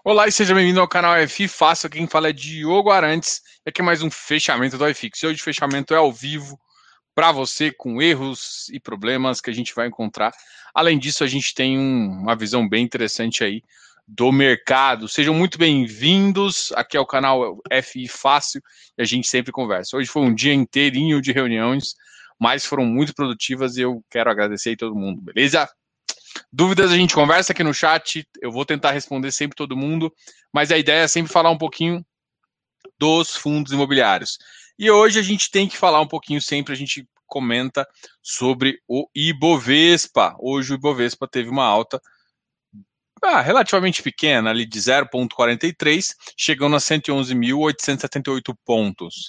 Olá e seja bem-vindo ao canal FI Fácil. Quem fala é Diogo Arantes. E aqui é mais um fechamento do iFix. E hoje o fechamento é ao vivo para você, com erros e problemas que a gente vai encontrar. Além disso, a gente tem uma visão bem interessante aí do mercado. Sejam muito bem-vindos. Aqui é o canal FI Fácil e a gente sempre conversa. Hoje foi um dia inteirinho de reuniões, mas foram muito produtivas e eu quero agradecer a todo mundo, beleza? Dúvidas a gente conversa aqui no chat, eu vou tentar responder sempre todo mundo, mas a ideia é sempre falar um pouquinho dos fundos imobiliários. E hoje a gente tem que falar um pouquinho sempre, a gente comenta sobre o Ibovespa. Hoje o Ibovespa teve uma alta relativamente pequena, ali de 0,43, chegando a 111.878 pontos.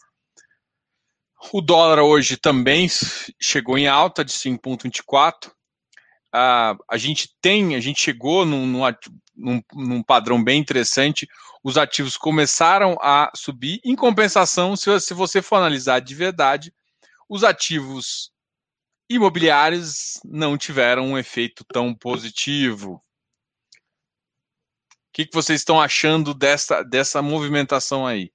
O dólar hoje também chegou em alta de 5,24. A gente chegou num padrão bem interessante. Os ativos começaram a subir. Em compensação, se você for analisar de verdade, os ativos imobiliários não tiveram um efeito tão positivo. O que vocês estão achando dessa movimentação aí?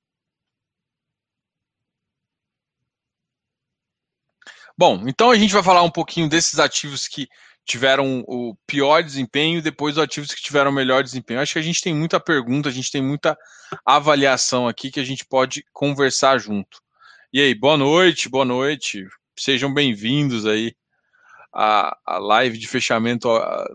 Bom, então a gente vai falar um pouquinho desses ativos que tiveram o pior desempenho e depois os ativos que tiveram o melhor desempenho. Acho que a gente tem muita pergunta, a gente tem muita avaliação aqui que a gente pode conversar junto. E aí, boa noite. Sejam bem-vindos aí à live de fechamento.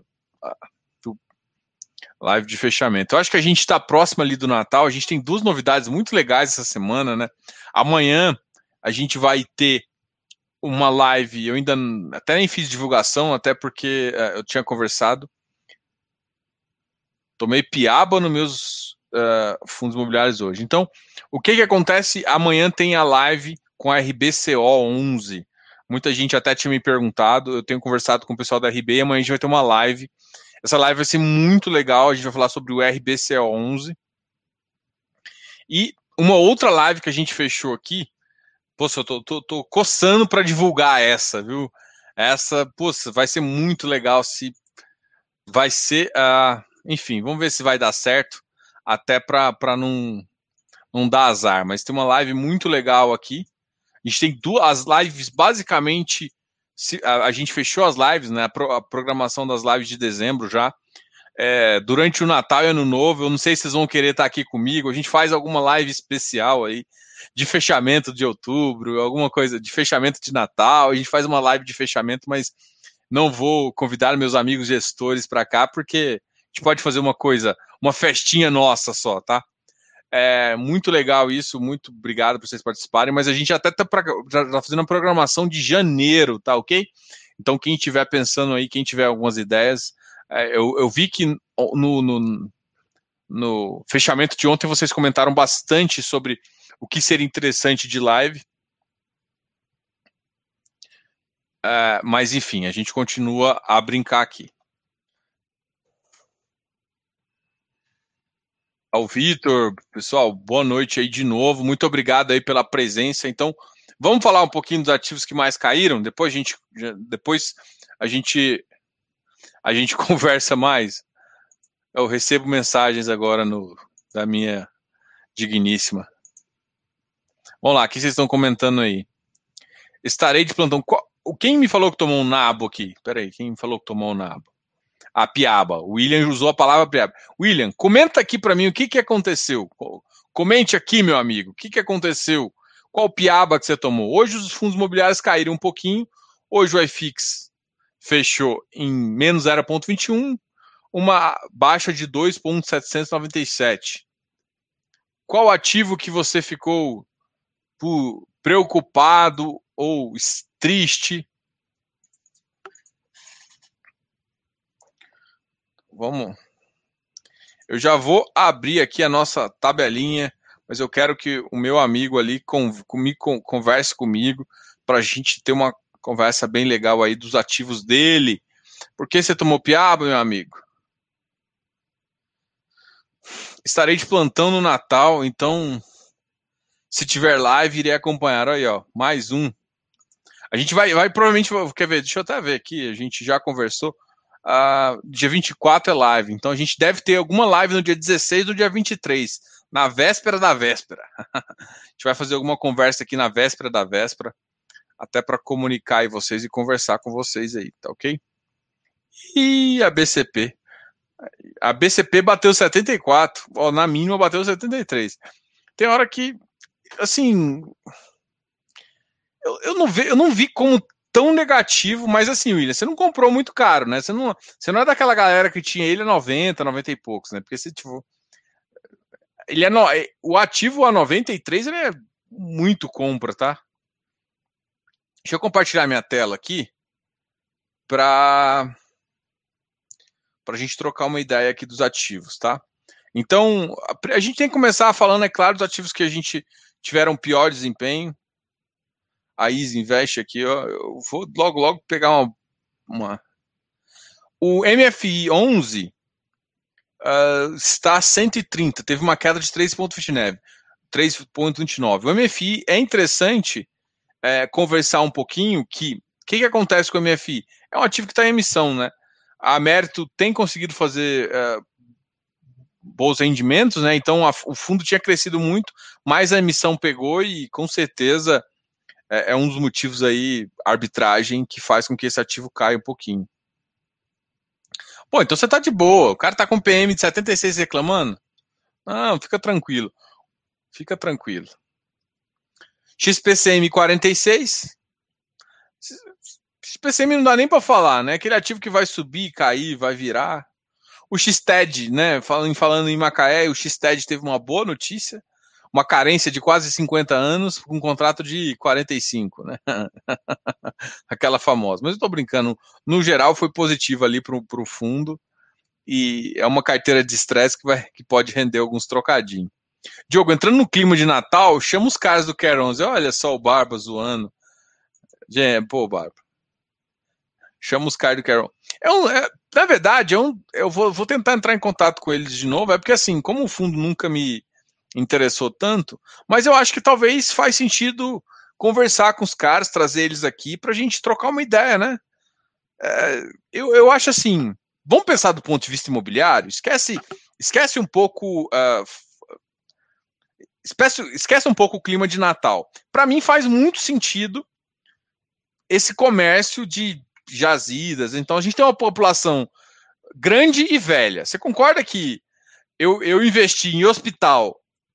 Live de fechamento. Eu acho que a gente está próximo ali do Natal, a gente tem duas novidades muito legais essa semana, né? Amanhã a gente vai ter uma live, eu ainda até nem fiz divulgação, até porque eu tinha conversado. Tomei piaba nos meus fundos imobiliários hoje. Então, o que acontece? Amanhã tem a live com a RBCO 11. Muita gente até tinha me perguntado, eu tenho conversado com o pessoal da RB e amanhã a gente vai ter uma live. Essa live vai ser muito legal, a gente vai falar sobre o RBCO 11. E uma outra live que a gente fechou aqui, poxa, eu tô coçando para divulgar essa, viu? Essa, poxa, vai ser muito legal. Se vai ser, enfim, vamos ver se vai dar certo, até para não dar azar. Mas tem uma live muito legal aqui. A gente tem duas lives, basicamente, a gente fechou as lives, né? A programação das lives de dezembro já. Durante o Natal e Ano Novo, eu não sei se vocês vão querer estar aqui comigo. A gente faz alguma live especial aí de fechamento de outubro, alguma coisa de fechamento de Natal. A gente faz uma live de fechamento, mas não vou convidar meus amigos gestores para cá, porque a gente pode fazer uma coisa, uma festinha nossa só, tá? É muito legal isso, muito obrigado por vocês participarem, mas a gente até tá fazendo a programação de janeiro, tá ok? Então, quem estiver pensando aí, quem tiver algumas ideias, eu vi que no fechamento de ontem vocês comentaram bastante sobre o que seria interessante de live. Mas enfim, a gente continua a brincar aqui. Ao Vitor, pessoal, boa noite aí de novo. Muito obrigado aí pela presença. Então, vamos falar um pouquinho dos ativos que mais caíram. Depois a gente conversa mais. Eu recebo mensagens agora da minha digníssima. Vamos lá, o que vocês estão comentando aí? Estarei de plantão. Quem me falou que tomou um nabo aqui? Peraí, quem me falou que tomou um nabo? A piaba. O William usou a palavra piaba. William, comenta aqui para mim o que aconteceu. Comente aqui, meu amigo. O que aconteceu? Qual piaba que você tomou? Hoje os fundos imobiliários caíram um pouquinho. Hoje o iFix fechou em menos 0,21, uma baixa de 2,797. Qual ativo que você ficou preocupado ou triste? Vamos. Eu já vou abrir aqui a nossa tabelinha, mas eu quero que o meu amigo ali converse comigo para a gente ter uma conversa bem legal aí dos ativos dele. Por que você tomou piaba, meu amigo? Estarei de plantão no Natal, então se tiver live, irei acompanhar. Aí, ó, mais um. A gente vai provavelmente, quer ver, deixa eu até ver aqui, a gente já conversou. Dia 24 é live, então a gente deve ter alguma live no dia 16 ou no dia 23, na véspera da véspera. A gente vai fazer alguma conversa aqui na véspera da véspera, até para comunicar aí vocês e conversar com vocês aí, tá ok? E a BCP? A BCP bateu 74, ó, na mínima bateu 73. Tem hora que, assim, eu não vi como tão negativo, mas assim, William, você não comprou muito caro, né? Você não é daquela galera que tinha ele a 90, 90 e poucos, né? Porque se tipo, ele é o ativo a 93, ele é muito compra, tá? Deixa eu compartilhar minha tela aqui para a gente trocar uma ideia aqui dos ativos, tá? Então, a gente tem que começar falando, é claro, dos ativos que a gente tiveram pior desempenho. A Easy Invest aqui, ó, eu vou logo pegar uma... O MFI 11 está a 130, teve uma queda de 3,29. O MFI é interessante conversar um pouquinho que o que acontece com o MFI? É um ativo que está em emissão, né? A Mérito tem conseguido fazer bons rendimentos, né? Então o fundo tinha crescido muito, mas a emissão pegou e com certeza é um dos motivos aí, arbitragem, que faz com que esse ativo caia um pouquinho. Pô, então você tá de boa. O cara tá com PM de 76 reclamando? Não, fica tranquilo. Fica tranquilo. XPCM 46. XPCM não dá nem para falar, né? Aquele ativo que vai subir, cair, vai virar. O XTED, né? Falando em Macaé, o XTED teve uma boa notícia. Uma carência de quase 50 anos, com um contrato de 45, né? Aquela famosa. Mas eu tô brincando. No geral, foi positivo ali pro fundo. E é uma carteira de estresse que pode render alguns trocadinhos. Diogo, entrando no clima de Natal, chama os caras do Quer 11. Olha só o Barba zoando. Gente, pô, Barba. Chama os caras do Quer 11. Na verdade, eu vou tentar entrar em contato com eles de novo. É porque, assim, como o fundo nunca me interessou tanto, mas eu acho que talvez faz sentido conversar com os caras, trazer eles aqui para a gente trocar uma ideia, né? Eu acho assim, vamos pensar do ponto de vista imobiliário, esquece um pouco esquece um pouco o clima de Natal. Para mim faz muito sentido esse comércio de jazidas. Então a gente tem uma população grande e velha. Você concorda que eu investi em hospital,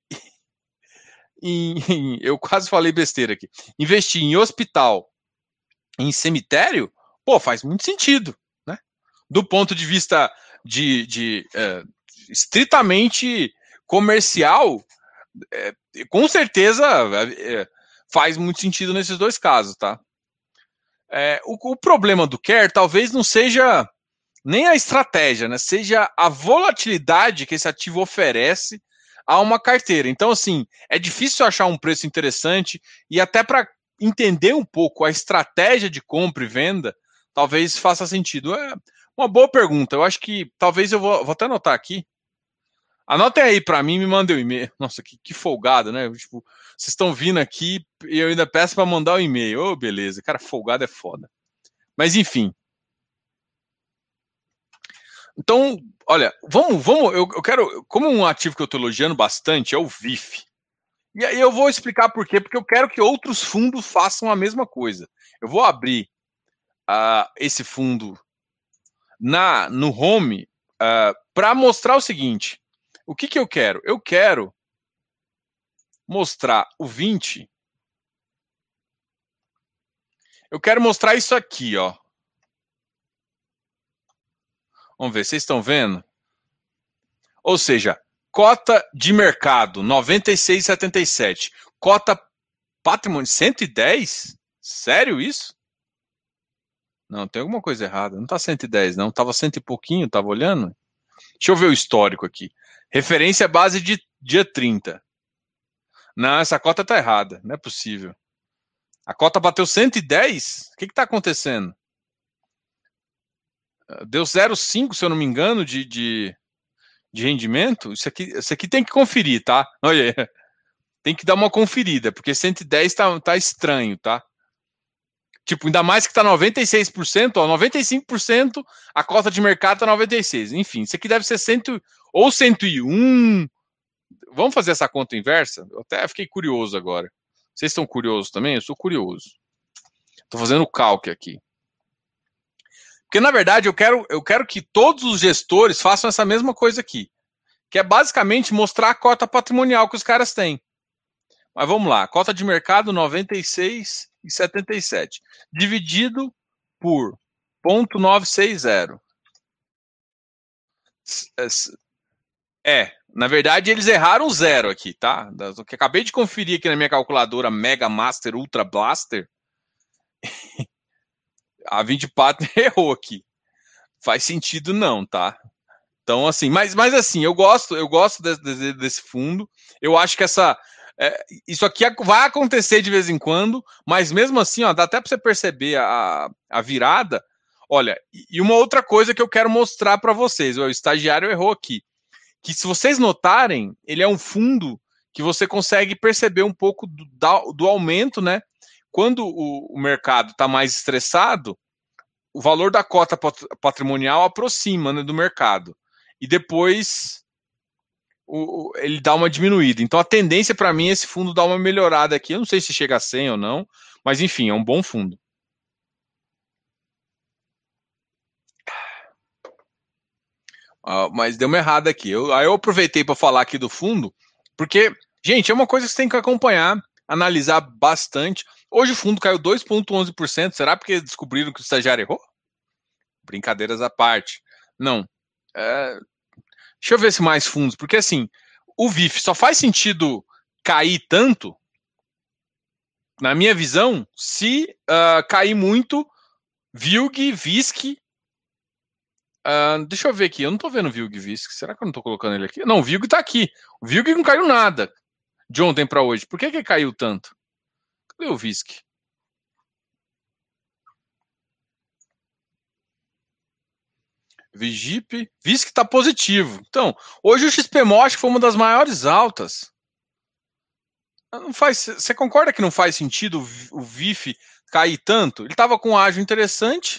eu quase falei besteira aqui, investi em hospital, em cemitério, pô, faz muito sentido, né? Do ponto de vista de estritamente comercial, com certeza faz muito sentido nesses dois casos, tá? O problema do Care talvez não seja nem a estratégia, né? Seja a volatilidade que esse ativo oferece a uma carteira. Então, assim, é difícil achar um preço interessante e até para entender um pouco a estratégia de compra e venda, talvez faça sentido. É uma boa pergunta. Eu acho que talvez eu vou até anotar aqui. Anotem aí para mim, me mandem um e-mail. Nossa, que folgado, né? Tipo, vocês estão vindo aqui e eu ainda peço para mandar um e-mail. Ô, beleza. Cara, folgado é foda. Mas enfim. Então, olha, eu quero, como um ativo que eu estou elogiando bastante é o VIF. E aí eu vou explicar por quê, porque eu quero que outros fundos façam a mesma coisa. Eu vou abrir esse fundo no Home para mostrar o seguinte. O que eu quero? Eu quero mostrar o 20. Eu quero mostrar isso aqui, ó. Vamos ver, vocês estão vendo? Ou seja, cota de mercado 96,77. Cota patrimônio 110? Sério isso? Não, tem alguma coisa errada. Não tá 110, não. Tava cento e pouquinho, tava olhando. Deixa eu ver o histórico aqui. Referência base de dia 30. Não, essa cota tá errada. Não é possível. A cota bateu 110? O que tá acontecendo? Deu 0,5, se eu não me engano, de rendimento. Isso aqui tem que conferir, tá? Olha aí. Tem que dar uma conferida, porque 110 tá estranho, tá? Tipo, ainda mais que tá 96%, ó, 95%, a cota de mercado tá 96%. Enfim, isso aqui deve ser 100 ou 101. Vamos fazer essa conta inversa? Eu até fiquei curioso agora. Vocês estão curiosos também? Eu sou curioso. Estou fazendo o cálculo aqui. Porque, na verdade, eu quero que todos os gestores façam essa mesma coisa aqui, que é basicamente mostrar a cota patrimonial que os caras têm. Mas vamos lá, cota de mercado 96,77, dividido por 0,960. Na verdade, eles erraram zero aqui, tá? O que acabei de conferir aqui na minha calculadora Mega Master Ultra Blaster, a 20 Partner errou aqui. Faz sentido não, tá? Então, assim, mas assim, eu gosto desse fundo. Eu acho que isso aqui vai acontecer de vez em quando, mas mesmo assim, ó, dá até para você perceber a virada. Olha, e uma outra coisa que eu quero mostrar para vocês, o estagiário errou aqui, que se vocês notarem, ele é um fundo que você consegue perceber um pouco do aumento, né? Quando o mercado está mais estressado, o valor da cota patrimonial aproxima, né, do mercado. E depois ele dá uma diminuída. Então a tendência para mim é esse fundo dar uma melhorada aqui. Eu não sei se chega a 100 ou não, mas enfim, é um bom fundo. Mas deu uma errada aqui. Aí eu aproveitei para falar aqui do fundo, porque, gente, é uma coisa que você tem que acompanhar, analisar bastante. Hoje o fundo caiu 2,11%. Será porque descobriram que o estagiário errou? Brincadeiras à parte. Não. Deixa eu ver se mais fundos, porque assim, o VIF só faz sentido cair tanto, na minha visão, se cair muito VILG, VISC. Deixa eu ver aqui, eu não tô vendo VILG e VISC. Será que eu não tô colocando ele aqui? Não, o VILG tá aqui. O VILG não caiu nada de ontem para hoje. Por que caiu tanto? Cadê o VISC? Vigip, VISC tá positivo. Então, hoje o XPMO acho que foi uma das maiores altas. Não faz, você concorda que não faz sentido o VIF cair tanto? Ele estava com um ágio interessante.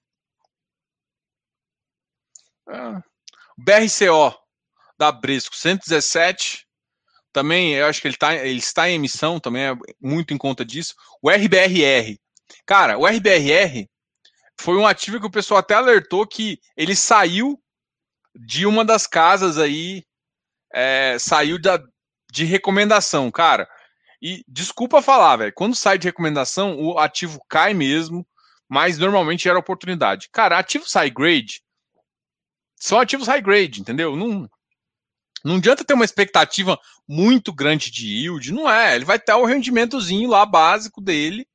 BRCO da Bresco 117. Também eu acho que ele está em emissão, também é muito em conta disso. O RBRR. Cara, o RBRR foi um ativo que o pessoal até alertou que ele saiu de uma das casas aí, saiu de recomendação, cara. E desculpa falar, velho, quando sai de recomendação, o ativo cai mesmo, mas normalmente gera oportunidade. Cara, ativos high grade são ativos high grade, entendeu? Não adianta ter uma expectativa muito grande de yield, não é. Ele vai ter o rendimentozinho lá básico dele,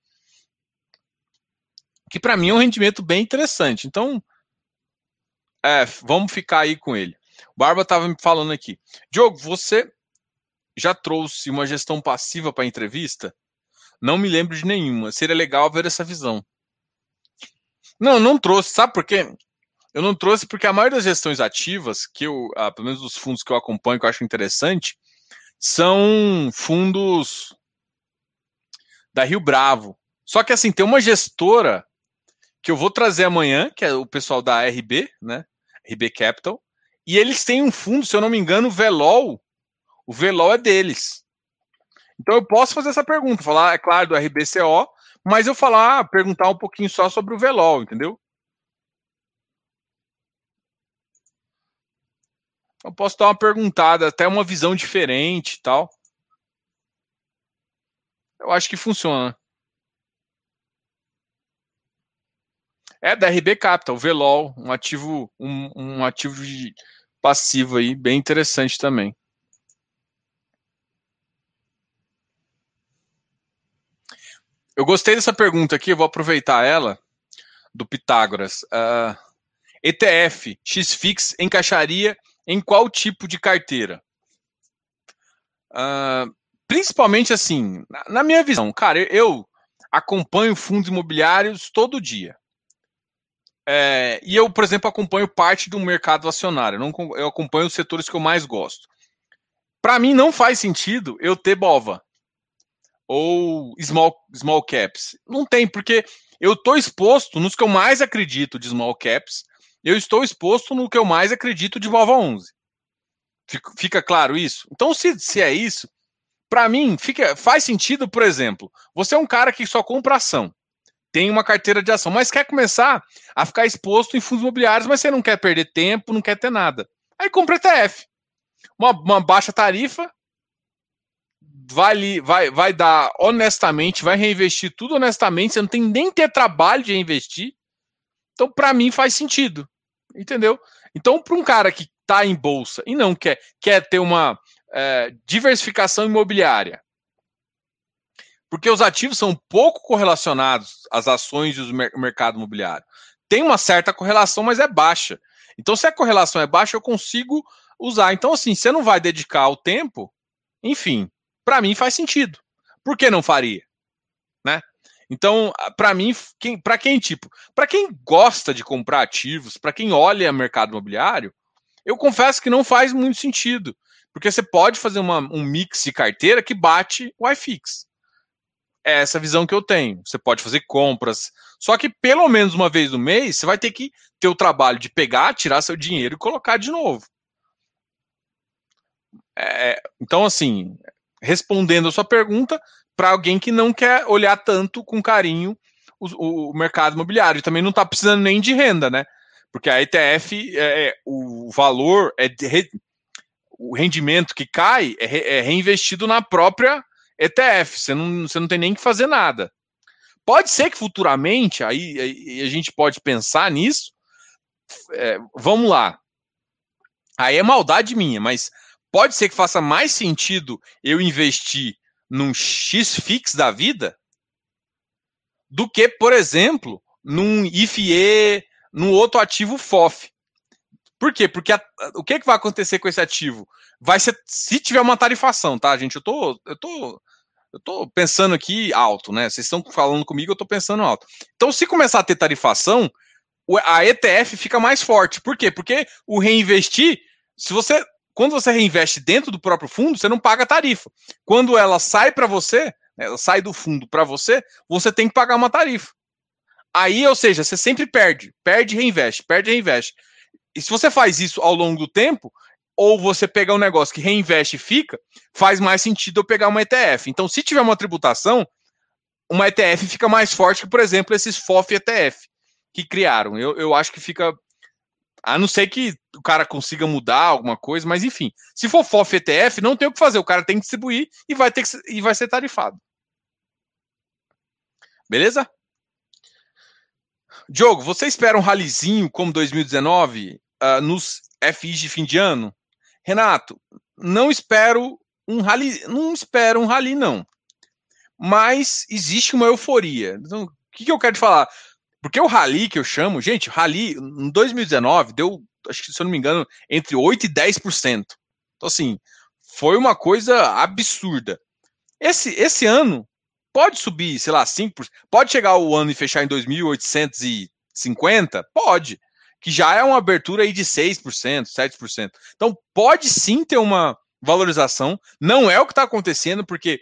que para mim é um rendimento bem interessante. Então, vamos ficar aí com ele. O Barba estava me falando aqui. Diogo, você já trouxe uma gestão passiva para entrevista? Não me lembro de nenhuma. Seria legal ver essa visão. Não trouxe. Sabe por quê? Eu não trouxe porque a maioria das gestões ativas, que pelo menos dos fundos que eu acompanho, que eu acho interessante, são fundos da Rio Bravo. Só que assim, tem uma gestora que eu vou trazer amanhã, que é o pessoal da RB, né? RB Capital. E eles têm um fundo, se eu não me engano, o VELOL. O VELOL é deles. Então eu posso fazer essa pergunta, falar, é claro, do RBCO, mas eu perguntar um pouquinho só sobre o VELOL, entendeu? Eu posso dar uma perguntada, até uma visão diferente e tal. Eu acho que funciona. É da RB Capital, o VELOL, um ativo passivo aí, bem interessante também. Eu gostei dessa pergunta aqui, eu vou aproveitar ela, do Pitágoras. ETF XFIX encaixaria em qual tipo de carteira? Principalmente assim, na minha visão, cara, eu acompanho fundos imobiliários todo dia. E eu, por exemplo, acompanho parte do mercado acionário. Eu acompanho os setores que eu mais gosto. Para mim, não faz sentido eu ter BOVA ou small caps. Não tem, porque eu estou exposto nos que eu mais acredito de small caps, eu estou exposto no que eu mais acredito de Volvo 11. Fica claro isso? Então, se é isso, para mim, faz sentido, por exemplo, você é um cara que só compra ação, tem uma carteira de ação, mas quer começar a ficar exposto em fundos imobiliários, mas você não quer perder tempo, não quer ter nada. Aí compra ETF. Uma baixa tarifa, vai dar honestamente, vai reinvestir tudo honestamente, você não tem nem ter trabalho de reinvestir. Então, para mim, faz sentido. Entendeu? Então, para um cara que está em bolsa e não quer ter uma diversificação imobiliária, porque os ativos são pouco correlacionados às ações e o mercado imobiliário. Tem uma certa correlação, mas é baixa. Então, se a correlação é baixa, eu consigo usar. Então, assim, você não vai dedicar o tempo, enfim, para mim faz sentido. Por que não faria? Né? Então, para mim, para quem gosta de comprar ativos, para quem olha o mercado imobiliário, eu confesso que não faz muito sentido, porque você pode fazer um mix de carteira que bate o iFix. É essa visão que eu tenho. Você pode fazer compras, só que pelo menos uma vez no mês, você vai ter que ter o trabalho de pegar, tirar seu dinheiro e colocar de novo. Então, assim, respondendo a sua pergunta, para alguém que não quer olhar tanto com carinho o mercado imobiliário, e também não está precisando nem de renda, né? Porque a ETF, o valor, o rendimento que cai é reinvestido na própria ETF, você não tem nem que fazer nada. Pode ser que futuramente, aí a gente pode pensar nisso, vamos lá, aí é maldade minha, mas pode ser que faça mais sentido eu investir num X-Fix da vida do que, por exemplo, num IFE, num outro ativo FOF. Por quê? Porque o que vai acontecer com esse ativo? Vai ser, se tiver uma tarifação, tá, gente? Eu tô pensando aqui alto, né? Vocês estão falando comigo, eu tô pensando alto. Então, se começar a ter tarifação, a ETF fica mais forte. Por quê? Porque o reinvestir, quando você reinveste dentro do próprio fundo, você não paga tarifa. Quando ela sai para você, ela sai do fundo para você, você tem que pagar uma tarifa. Aí, ou seja, você sempre perde e reinveste, perde e reinveste. E se você faz isso ao longo do tempo, ou você pegar um negócio que reinveste e fica, faz mais sentido eu pegar uma ETF. Então, se tiver uma tributação, uma ETF fica mais forte que, por exemplo, esses FOF ETF que criaram. Eu acho que fica... A não ser que o cara consiga mudar alguma coisa, mas enfim. Se for FOF ETF, não tem o que fazer. O cara tem que distribuir e vai ser tarifado. Beleza? Diogo, você espera um ralizinho como 2019 nos FIs de fim de ano? Renato, não espero um rally, não. Mas existe uma euforia. Então, o que eu quero te falar? Porque o rally que eu chamo, gente, o rally em 2019 deu, acho que se eu não me engano, entre 8% e 10%. Então, assim, foi uma coisa absurda. Esse ano pode subir, sei lá, 5%. Pode chegar o ano e fechar em 2.850? Pode. Que já é uma abertura aí de 6%, 7%. Então, pode sim ter uma valorização. Não é o que está acontecendo, porque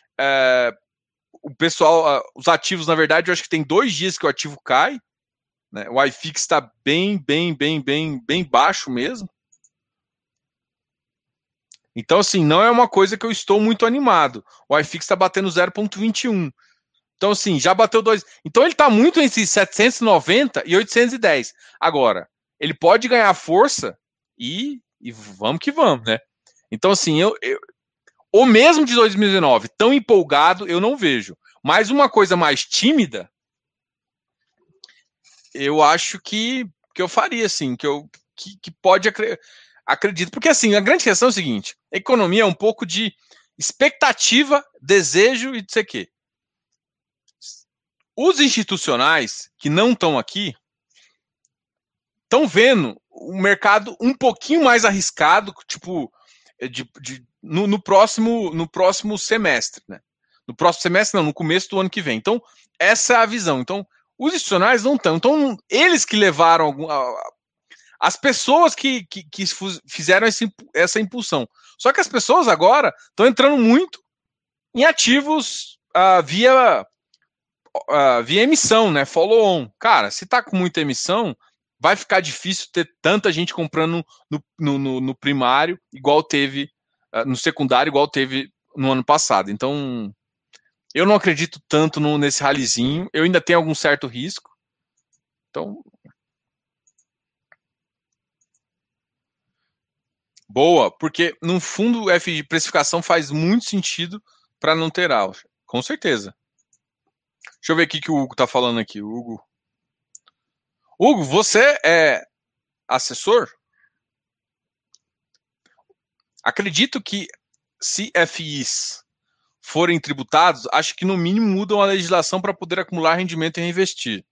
o pessoal, os ativos, na verdade, eu acho que tem 2 dias que o ativo cai. Né? O iFix está bem baixo mesmo. Então, assim, não é uma coisa que eu estou muito animado. O iFix está batendo 0,21. Então, assim, já bateu 2. Então, ele está muito entre 790 e 810. Agora, ele pode ganhar força e vamos que vamos, né? Então, assim, o mesmo de 2019, tão empolgado, eu não vejo. Mas uma coisa mais tímida, eu acho que eu faria, assim, que pode acredito. Porque, assim, a grande questão é o seguinte: a economia é um pouco de expectativa, desejo e não sei o quê. Os institucionais que não estão aqui estão vendo o mercado um pouquinho mais arriscado, tipo, no próximo semestre, né? No próximo semestre, não, no começo do ano que vem. Então, essa é a visão. Então, os institucionais não estão. Então, eles que levaram as pessoas que fizeram essa impulsão. Só que as pessoas agora estão entrando muito em ativos via via emissão, né? Follow-on. Cara, se tá com muita emissão, vai ficar difícil ter tanta gente comprando no primário, igual teve, no secundário, igual teve no ano passado. Então, eu não acredito tanto nesse ralizinho. Eu ainda tenho algum certo risco. Então, boa, porque no fundo o F de precificação faz muito sentido para não ter alta. Com certeza. Deixa eu ver o que o Hugo tá falando aqui. Hugo, você é assessor? Acredito que se FIs forem tributados, acho que no mínimo mudam a legislação para poder acumular rendimento e reinvestir.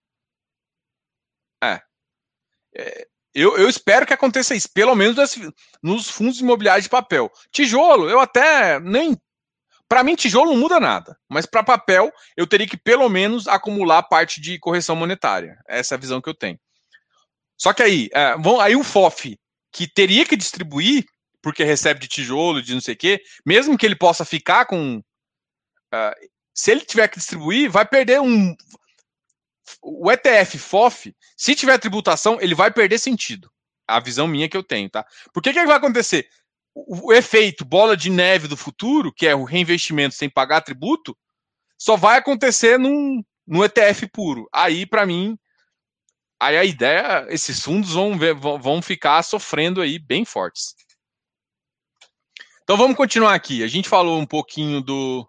Eu espero que aconteça isso, pelo menos nos fundos imobiliários de papel. Tijolo, eu até nem. Para mim, tijolo não muda nada, mas para papel, eu teria que pelo menos acumular parte de correção monetária. Essa é a visão que eu tenho. Só que aí o FOF, que teria que distribuir, porque recebe de tijolo, de não sei o quê, mesmo que ele possa ficar com. Se ele tiver que distribuir, vai perder o ETF FOF, se tiver tributação, ele vai perder sentido. A visão minha que eu tenho, tá? Por que vai acontecer? O efeito bola de neve do futuro, que é o reinvestimento sem pagar tributo, só vai acontecer no ETF puro. Aí, para mim, aí a ideia, esses fundos vão ficar sofrendo aí bem fortes. Então vamos continuar aqui. A gente falou um pouquinho do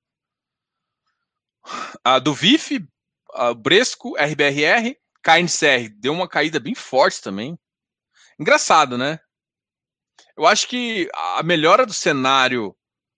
VIF, Bresco, RBRR, KNCR deu uma caída bem forte também. Engraçado, né? Eu acho que a melhora do cenário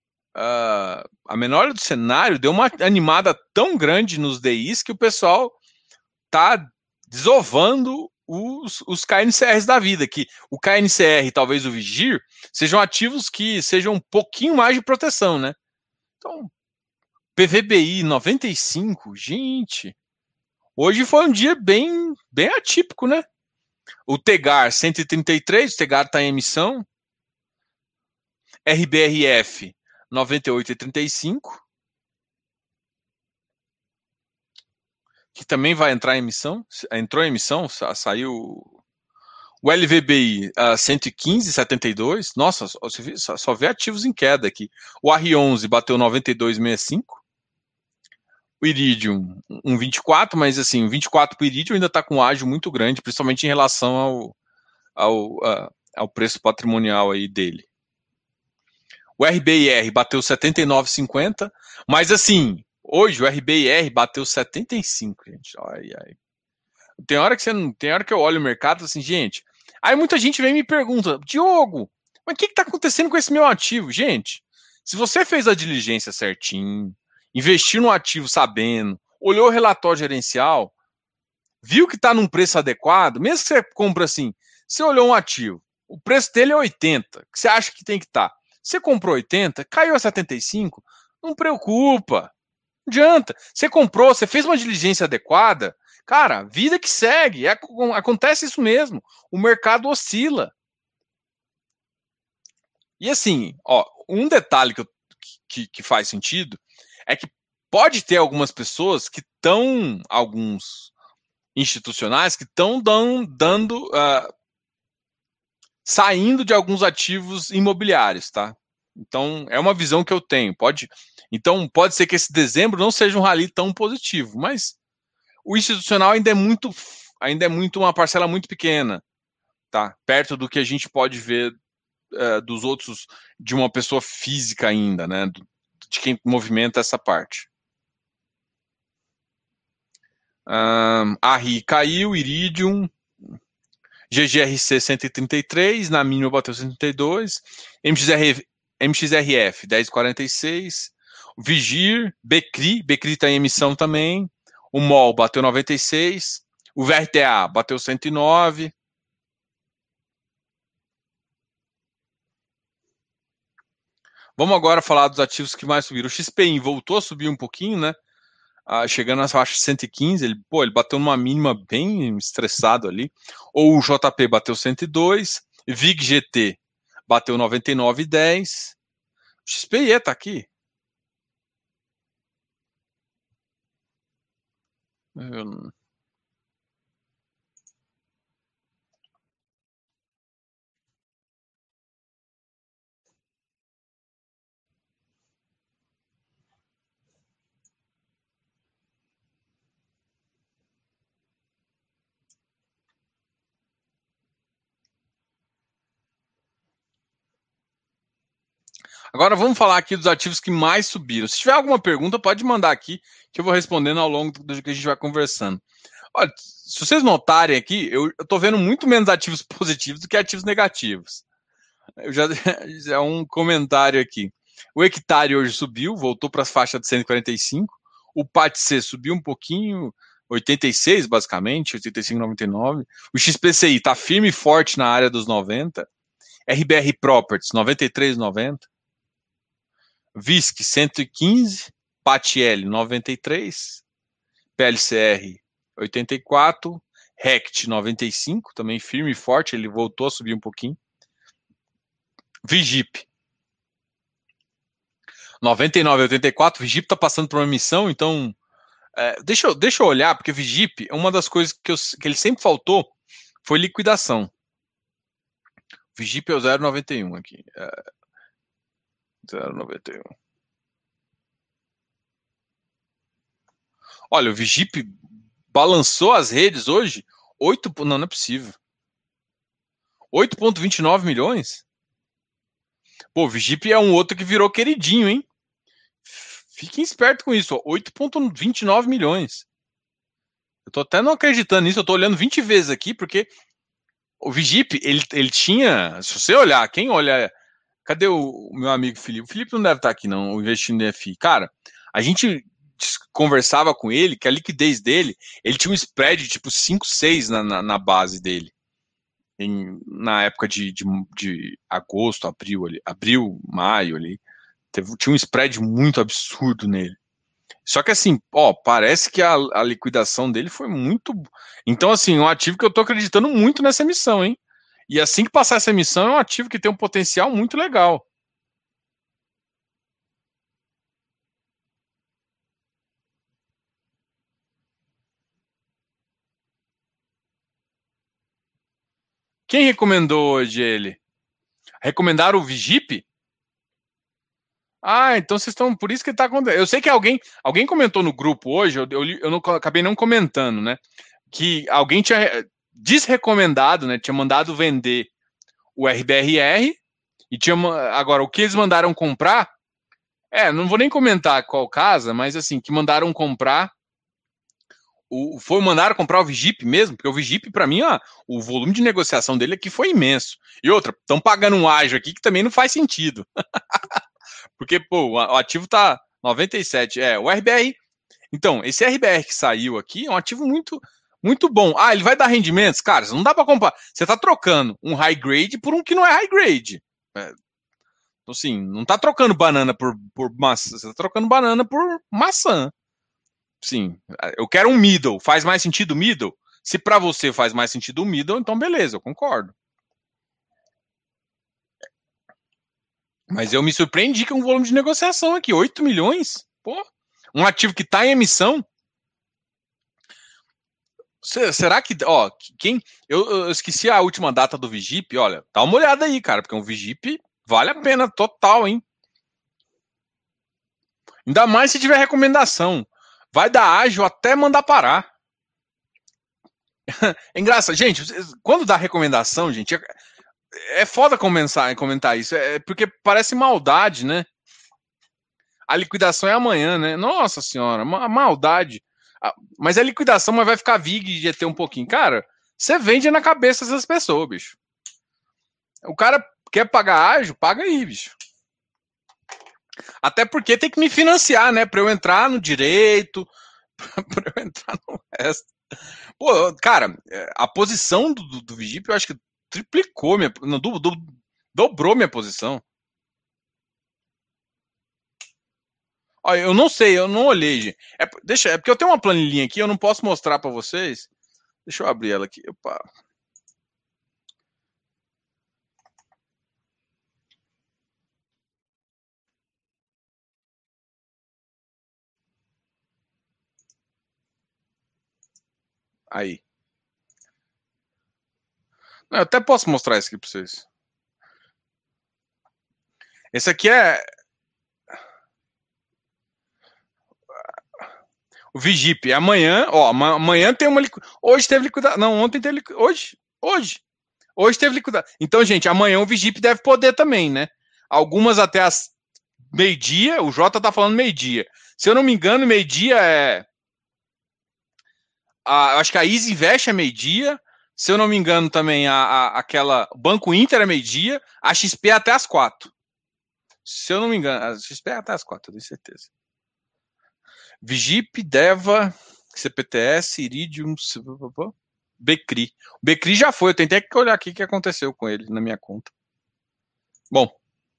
deu uma animada tão grande nos DIs que o pessoal tá desovando os KNCRs da vida, que o KNCR, talvez o Vigir, sejam ativos que sejam um pouquinho mais de proteção, né? Então, PVBI 95, gente, hoje foi um dia bem atípico, né? O Tegar 133, o Tegar está em emissão, RBRF 98,35, que também vai entrar em emissão, entrou em emissão, saiu o LVBI 115,72, nossa, só vê ativos em queda aqui. O R11 bateu 92,65, o Iridium 1,24, mas assim, o 24 para o Iridium ainda está com um ágio muito grande, principalmente em relação ao preço patrimonial aí dele. O RBIR bateu 79,50, mas assim, hoje o RBIR bateu 75, gente. Ai, ai. Tem hora que eu olho o mercado assim, gente. Aí muita gente vem e me pergunta, Diogo, mas o que está acontecendo com esse meu ativo? Gente, se você fez a diligência certinho, investiu no ativo sabendo, olhou o relatório gerencial, viu que está num preço adequado, mesmo que você compra assim, você olhou um ativo, o preço dele é 80, que você acha que tem que estar. Você comprou 80, caiu a 75, não preocupa, não adianta. Você comprou, você fez uma diligência adequada, cara, vida que segue, acontece isso mesmo, o mercado oscila. E assim, ó, um detalhe que faz sentido é que pode ter algumas pessoas que estão, alguns institucionais que estão saindo de alguns ativos imobiliários, tá? Então, é uma visão que eu tenho. Então, pode ser que esse dezembro não seja um rally tão positivo, mas o institucional ainda é muito uma parcela muito pequena, tá? Perto do que a gente pode ver dos outros, de uma pessoa física ainda, né? De quem movimenta essa parte. A RI caiu, Iridium, GGRC 133, na mínima bateu 132, MXRF 10,46, Vigir, Becri está em emissão também, o MOL bateu 96, o VRTA bateu 109. Vamos agora falar dos ativos que mais subiram. O XPI voltou a subir um pouquinho, né? Chegando na faixa 115, ele bateu numa mínima bem estressado ali. Ou o JP bateu 102, VIG GT bateu 99,10. O XPE tá aqui. Eu- Agora vamos falar aqui dos ativos que mais subiram. Se tiver alguma pergunta, pode mandar aqui, que eu vou respondendo ao longo do que a gente vai conversando. Olha, se vocês notarem aqui, eu estou vendo muito menos ativos positivos do que ativos negativos. Eu já é um comentário aqui. O hectare hoje subiu, voltou para as faixas de 145. O PATC subiu um pouquinho, 86 basicamente, 85,99. O XPCI está firme e forte na área dos 90. RBR Properties 93,90. VISC 115. PATL 93. PLCR 84. RECT 95, também firme e forte, ele voltou a subir um pouquinho. Vigip 99,84. Vigip está passando por uma missão, então deixa eu olhar, porque Vigip, uma das coisas que ele sempre faltou foi liquidação. Vigip é o 0,91 aqui. 0,91. Olha, o Vigip balançou as redes hoje. 8, não é possível. 8,29 milhões? Pô, o Vigip é um outro que virou queridinho, hein? Fiquem esperto com isso, 8,29 milhões. Eu tô até não acreditando nisso, eu tô olhando 20 vezes aqui, porque o Vigip, ele tinha, se você olhar, quem olha, cadê o meu amigo Felipe? O Felipe não deve estar aqui não, investindo em FI. Cara, a gente conversava com ele que a liquidez dele, ele tinha um spread tipo 5, 6 na base dele. Na época de agosto, abril ali, abril, maio ali, tinha um spread muito absurdo nele. Só que assim, ó, parece que a liquidação dele foi muito. Então, assim, um ativo que eu tô acreditando muito nessa emissão, hein? E assim que passar essa emissão, é um ativo que tem um potencial muito legal. Quem recomendou hoje ele? Recomendaram o Vigip? Recomendaram o Vigip? Ah, então vocês estão. Por isso que tá acontecendo. Eu sei que alguém comentou no grupo hoje, eu não, acabei não comentando, né? Que alguém tinha desrecomendado, né? Tinha mandado vender o RBRR e tinha. Agora, o que eles mandaram comprar. Não vou nem comentar qual casa, mas assim, que mandaram comprar. Mandaram comprar o Vigip mesmo, porque o Vigip, para mim, ó, o volume de negociação dele aqui foi imenso. E outra, estão pagando um ágio aqui que também não faz sentido. Porque, pô, o ativo tá 97. O RBR. Então, esse RBR que saiu aqui é um ativo muito, muito bom. Ah, ele vai dar rendimentos? Cara, não dá para comparar. Você tá trocando um high grade por um que não é high grade. Então, assim, não tá trocando banana por maçã, você tá trocando banana por maçã. Sim, eu quero um middle. Faz mais sentido o middle? Se para você faz mais sentido o middle, então beleza, eu concordo. Mas eu me surpreendi com o volume de negociação aqui, 8 milhões? Pô, um ativo que está em emissão. Será que, ó, quem eu esqueci a última data do Vigip, olha, dá uma olhada aí, cara, porque um Vigip vale a pena total, hein? Ainda mais se tiver recomendação. Vai dar ágil até mandar parar. É engraçado, gente, quando dá recomendação, gente, é foda comentar isso, porque parece maldade, né? A liquidação é amanhã, né? Nossa senhora, maldade. Mas é liquidação, mas vai ficar VIG de ter um pouquinho. Cara, você vende na cabeça dessas pessoas, bicho. O cara quer pagar ágio, paga aí, bicho. Até porque tem que me financiar, né? Pra eu entrar no direito, pra eu entrar no resto. Pô, cara, a posição do Vigip eu acho que triplicou minha. Não, dobrou minha posição. Olha, eu não sei, eu não olhei, gente. É porque eu tenho uma planilhinha aqui, eu não posso mostrar para vocês. Deixa eu abrir ela aqui. Opa. Aí. Eu até posso mostrar isso aqui para vocês. Esse aqui é o Vigip. Amanhã, ó, amanhã tem uma liquidação. Hoje teve liquidação. Não, ontem teve liquidação. Hoje teve liquidação. Então, gente, amanhã o Vigip deve poder também, né? Algumas até as meio-dia. O Jota tá falando meio-dia. Se eu não me engano, meio-dia é. Acho que a Easy Invest é meio-dia. Se eu não me engano, também aquela Banco Inter é meio-dia. A XP é até as 4. Se eu não me engano, a XP é até as 4, eu tenho certeza. Vigip, Deva, CPTS, Iridium, Becri. O Becri já foi, eu tentei olhar aqui o que aconteceu com ele na minha conta. Bom,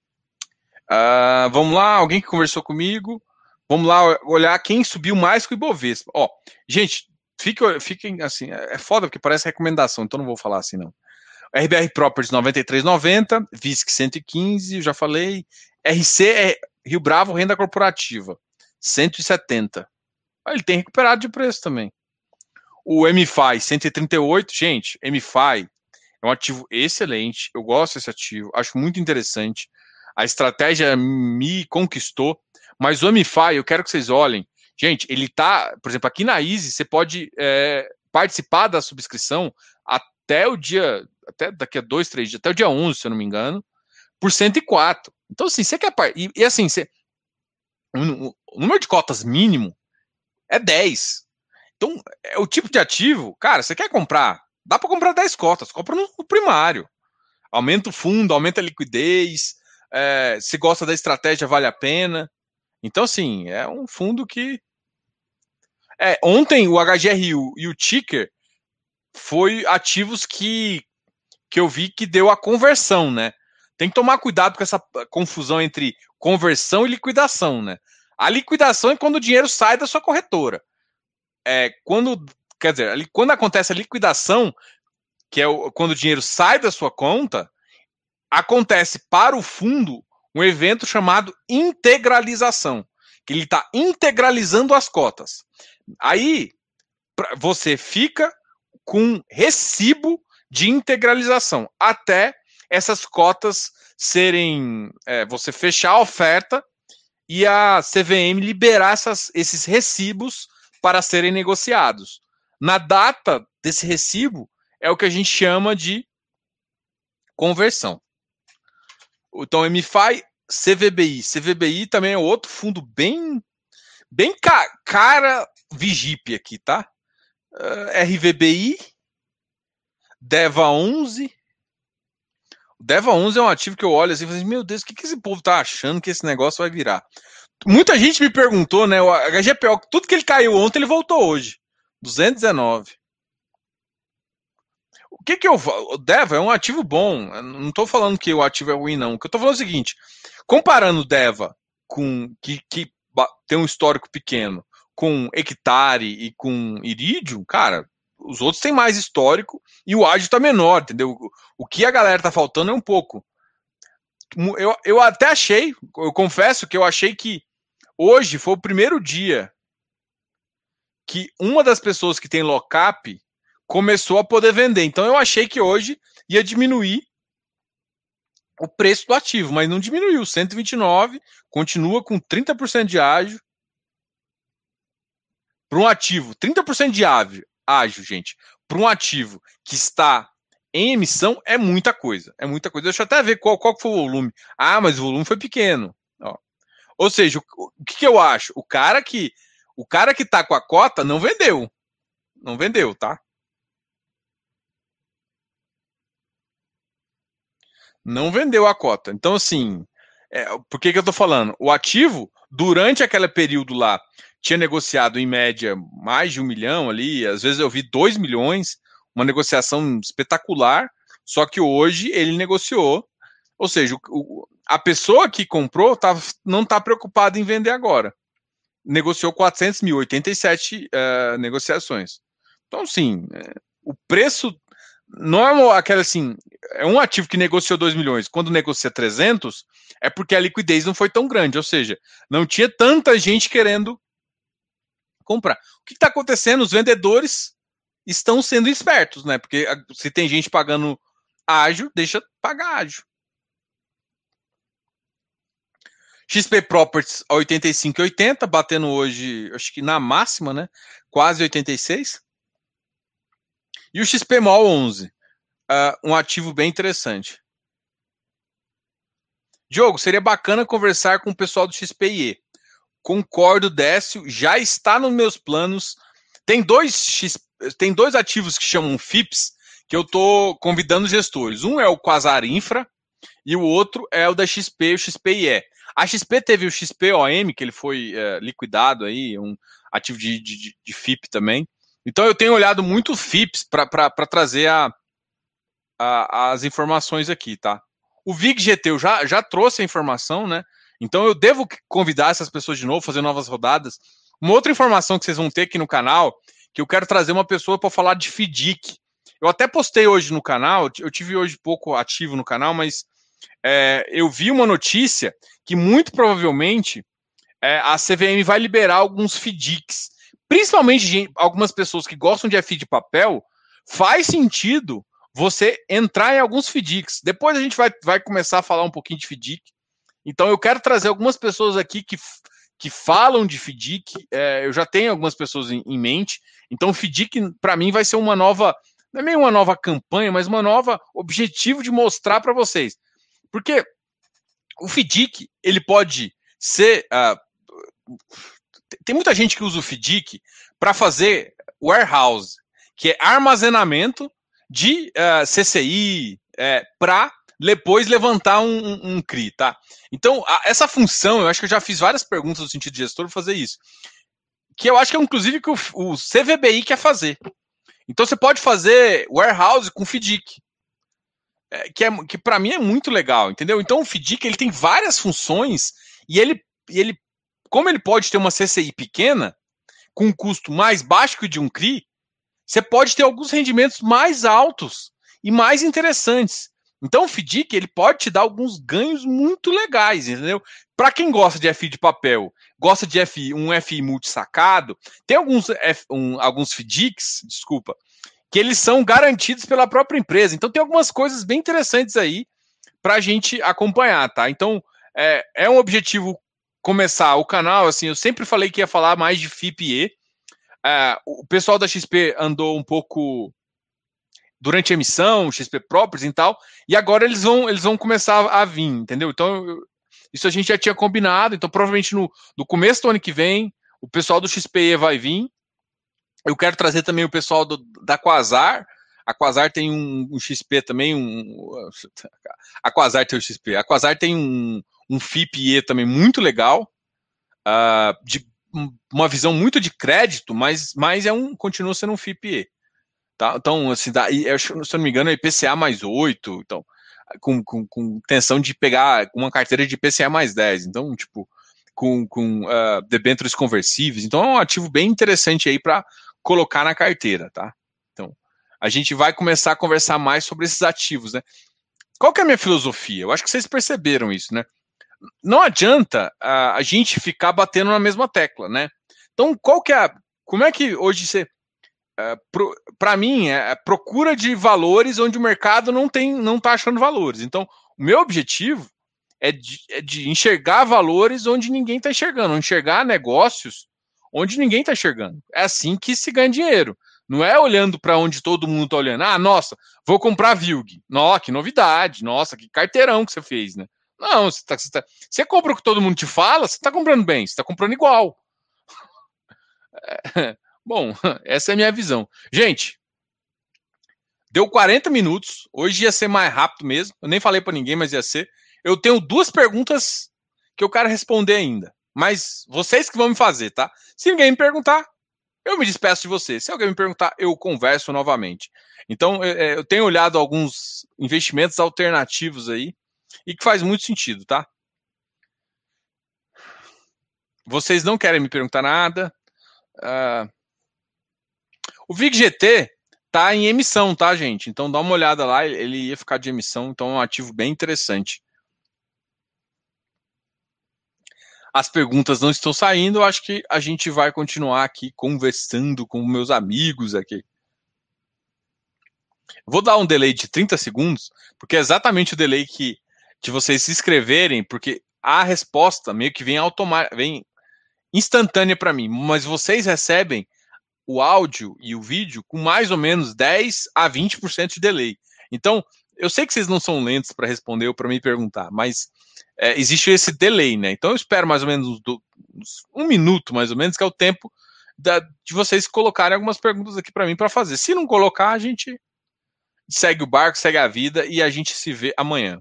vamos lá, alguém que conversou comigo. Vamos lá olhar quem subiu mais que o Ibovespa. Ó, gente, fiquem assim, é foda porque parece recomendação, então não vou falar assim não. RBR Properties 93,90, VISC 115, eu já falei. RC é Rio Bravo Renda Corporativa 170. Ele tem recuperado de preço também. O MFI 138, gente, MFI é um ativo excelente, eu gosto desse ativo, acho muito interessante. A estratégia me conquistou, mas o MFI, eu quero que vocês olhem. Gente, ele tá, por exemplo, aqui na Easy, você pode participar da subscrição até o dia, até daqui a 2, 3 dias, até o dia 11, se eu não me engano, por 104. Então, assim, você quer... E assim, o número de cotas mínimo é 10. Então, é o tipo de ativo, cara, você quer comprar, dá para comprar 10 cotas, compra no primário. Aumenta o fundo, aumenta a liquidez, se gosta da estratégia, vale a pena. Então, assim, é um fundo que... ontem o HGRU e o Ticker foi ativos que eu vi que deu a conversão, né? Tem que tomar cuidado com essa confusão entre conversão e liquidação, né? A liquidação é quando o dinheiro sai da sua corretora. Quando acontece a liquidação, que é quando o dinheiro sai da sua conta, acontece para o fundo um evento chamado integralização, que ele está integralizando as cotas. Aí você fica com recibo de integralização até essas cotas serem, você fechar a oferta e a CVM liberar esses recibos para serem negociados. Na data desse recibo é o que a gente chama de conversão. Então, MFI, CVBI. CVBI também é outro fundo bem cara Vigip aqui, tá? RVBI, Deva 11. O Deva 11 é um ativo que eu olho assim e falo assim, meu Deus, o que esse povo tá achando que esse negócio vai virar? Muita gente me perguntou, né? O HGPO, tudo que ele caiu ontem, ele voltou hoje. 219. O que eu falo? O Deva é um ativo bom. Eu não estou falando que o ativo é ruim, não. O que eu estou falando é o seguinte: comparando o Deva com que tem um histórico pequeno com Hectare e com Iridium, cara, os outros têm mais histórico e o ágio está menor, entendeu? O que a galera tá faltando é um pouco. Eu até achei, eu confesso que eu achei que hoje foi o primeiro dia que uma das pessoas que tem lockup começou a poder vender. Então eu achei que hoje ia diminuir o preço do ativo, mas não diminuiu. 129, continua com 30% de ágio. Para um ativo, 30% de ágio, gente, para um ativo que está em emissão é muita coisa. É muita coisa. Deixa eu até ver qual foi o volume. Ah, mas o volume foi pequeno. Ó. Ou seja, o que eu acho? O cara que está com a cota não vendeu. Não vendeu, tá? Não vendeu a cota. Então, assim, por que eu estou falando? O ativo, durante aquele período lá, tinha negociado em média mais de 1 milhão ali, às vezes eu vi 2 milhões, uma negociação espetacular, só que hoje ele negociou, ou seja, a pessoa que comprou não está preocupada em vender agora. Negociou 400 mil, 87 negociações. Então, sim, o preço não é aquela assim, é um ativo que negociou 2 milhões, quando negocia 300, é porque a liquidez não foi tão grande, ou seja, não tinha tanta gente querendo comprar. O que está acontecendo? Os vendedores estão sendo espertos, né? Porque se tem gente pagando ágio, deixa pagar ágio. XP Properties a 85,80, batendo hoje, acho que na máxima, né? Quase 86. E o XP Mall 11, um ativo bem interessante. Diogo, seria bacana conversar com o pessoal do XPIE. Concordo, Décio, já está nos meus planos. Tem dois ativos que chamam FIPS, que eu estou convidando gestores. Um é o Quasar Infra e o outro é o da XP, o XPIE. A XP teve o XPOM, que ele foi liquidado aí, um ativo de FIP também. Então eu tenho olhado muito FIPS para trazer as informações aqui, tá? O VIG-GT eu já trouxe a informação, né? Então eu devo convidar essas pessoas de novo, fazer novas rodadas. Uma outra informação que vocês vão ter aqui no canal, que eu quero trazer uma pessoa para falar de FDIC. Eu até postei hoje no canal, eu tive hoje pouco ativo no canal, mas eu vi uma notícia que muito provavelmente a CVM vai liberar alguns FDICs. Principalmente algumas pessoas que gostam de FI de papel, faz sentido você entrar em alguns FDICs. Depois a gente vai começar a falar um pouquinho de FDIC. Então eu quero trazer algumas pessoas aqui que falam de FDIC. Eu já tenho algumas pessoas em mente. Então o FDIC, para mim, vai ser uma nova, não é meio uma nova campanha, mas uma nova objetivo de mostrar para vocês. Porque o FDIC, ele pode ser... tem muita gente que usa o FDIC para fazer warehouse, que é armazenamento de CCI para depois levantar um CRI, tá? Então, essa função, eu acho que eu já fiz várias perguntas no sentido de gestor para fazer isso, que eu acho que é inclusive que o CVBI quer fazer. Então, você pode fazer warehouse com FDIC, que para mim é muito legal, entendeu? Então, o FDIC ele tem várias funções e ele como ele pode ter uma CCI pequena, com um custo mais baixo que o de um CRI, você pode ter alguns rendimentos mais altos e mais interessantes. Então o FDIC ele pode te dar alguns ganhos muito legais, entendeu? Para quem gosta de FI de papel, gosta de um FI multissacado, tem alguns FDICs, desculpa, que eles são garantidos pela própria empresa. Então tem algumas coisas bem interessantes aí para a gente acompanhar, tá? Então é um objetivo começar o canal, assim, eu sempre falei que ia falar mais de FIPE. O pessoal da XP andou um pouco durante a emissão, XP Properties e tal, e agora eles vão começar a vir, entendeu? Então, isso a gente já tinha combinado, então provavelmente no começo do ano que vem, o pessoal do XPE vai vir. Eu quero trazer também o pessoal da Quasar. A Quasar tem um XP também, a Quasar tem o XP. A Quasar tem um FIPE também muito legal, de uma visão muito de crédito, mas continua sendo um FIPE. Tá? Então, assim, se eu não me engano, é IPCA mais 8, então, com intenção de pegar uma carteira de IPCA mais 10. Então, tipo, com debêntures conversíveis. Então, é um ativo bem interessante aí para colocar na carteira, tá? Então, a gente vai começar a conversar mais sobre esses ativos, né? Qual que é a minha filosofia? Eu acho que vocês perceberam isso, né? Não adianta a gente ficar batendo na mesma tecla, né? Então, como é que hoje você... para mim, procura de valores onde o mercado não está achando valores. Então, o meu objetivo é de enxergar valores onde ninguém está enxergando, enxergar negócios onde ninguém está enxergando. É assim que se ganha dinheiro. Não é olhando para onde todo mundo está olhando. Ah, nossa, vou comprar VILG. Nossa, que novidade. Nossa, que carteirão que você fez, né? Não, você compra o que todo mundo te fala, você está comprando bem, você está comprando igual. Bom, essa é a minha visão. Gente, deu 40 minutos. Hoje ia ser mais rápido mesmo. Eu nem falei para ninguém, mas ia ser. Eu tenho 2 perguntas que eu quero responder ainda. Mas vocês que vão me fazer, tá? Se ninguém me perguntar, eu me despeço de você. Se alguém me perguntar, eu converso novamente. Então, eu tenho olhado alguns investimentos alternativos aí e que faz muito sentido, tá? Vocês não querem me perguntar nada. O VIG-GT tá em emissão, tá, gente? Então dá uma olhada lá, ele ia ficar de emissão, então é um ativo bem interessante. As perguntas não estão saindo, eu acho que a gente vai continuar aqui conversando com meus amigos aqui. Vou dar um delay de 30 segundos, porque é exatamente o delay de vocês se inscreverem, porque a resposta meio que vem automática, vem instantânea para mim, mas vocês recebem o áudio e o vídeo com mais ou menos 10 a 20% de delay. Então, eu sei que vocês não são lentos para responder ou para me perguntar, mas existe esse delay, né? Então, eu espero mais ou menos um minuto, mais ou menos, que é o tempo de vocês colocarem algumas perguntas aqui para mim para fazer. Se não colocar, a gente segue o barco, segue a vida e a gente se vê amanhã.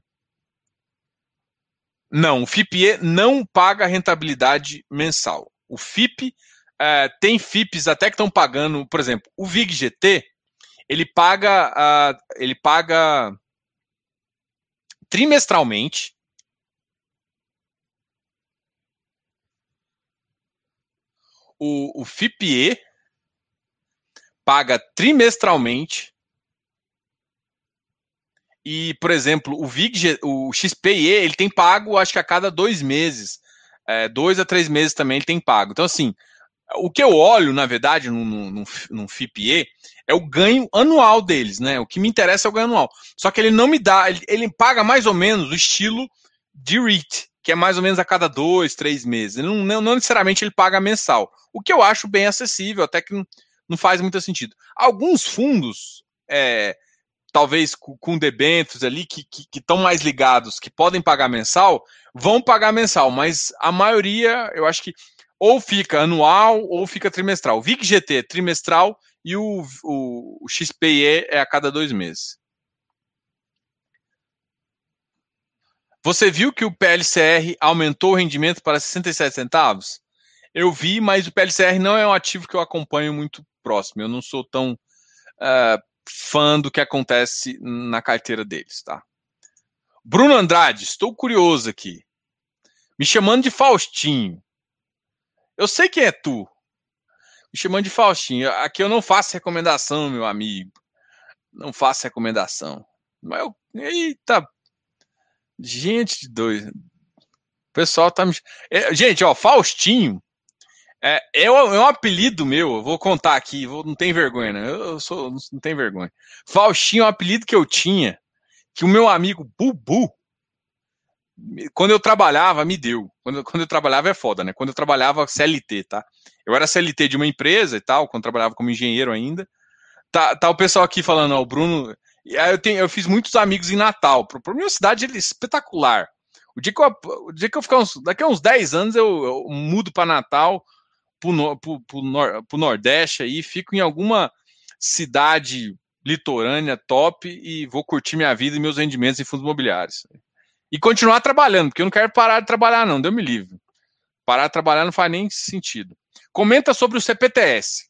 Não, o FIPE não paga rentabilidade mensal. O FIP tem FIPs até que estão pagando, por exemplo, o VIG GT, ele paga trimestralmente. O FIPE paga trimestralmente. E, por exemplo, o XPE, ele tem pago, acho que a cada 2 meses. 2 a 3 meses também ele tem pago. Então, assim, o que eu olho, na verdade, num FIPE, é o ganho anual deles, né? O que me interessa é o ganho anual. Só que ele não me dá, ele paga mais ou menos o estilo de REIT, que é mais ou menos a cada 2, 3 meses. Ele não necessariamente ele paga mensal. O que eu acho bem acessível, até que não faz muito sentido. Alguns fundos, talvez com debêntures ali, que estão mais ligados, que podem pagar mensal, vão pagar mensal, mas a maioria, eu acho que ou fica anual ou fica trimestral. O VIG GT é trimestral e o XPE é a cada 2 meses. Você viu que o PLCR aumentou o rendimento para 67 centavos? Eu vi, mas o PLCR não é um ativo que eu acompanho muito próximo. Eu não sou tão fã do que acontece na carteira deles, tá? Bruno Andrade, estou curioso aqui. Me chamando de Faustinho. Eu sei quem é tu. Me chamando de Faustinho. Aqui eu não faço recomendação, meu amigo. Não faço recomendação. Mas eu. Eita! Gente de dois. O pessoal tá me. Gente, ó, Faustinho é um apelido meu. Eu vou contar aqui. Não tem vergonha, né? Eu sou. Não tem vergonha. Faustinho é um apelido que eu tinha. Que o meu amigo Bubu, quando eu trabalhava, me deu. Quando eu trabalhava é foda, né? Quando eu trabalhava CLT, tá? Eu era CLT de uma empresa e tal, quando eu trabalhava como engenheiro ainda. Tá o pessoal aqui falando, ó, o Bruno. Eu fiz muitos amigos em Natal. Pra minha cidade ele é espetacular. O dia que eu ficar daqui a uns 10 anos eu mudo para Natal, pro Nordeste aí, fico em alguma cidade litorânea top e vou curtir minha vida e meus rendimentos em fundos imobiliários. E continuar trabalhando, porque eu não quero parar de trabalhar, não. Deu me livre. Parar de trabalhar não faz nem sentido. Comenta sobre o CPTS.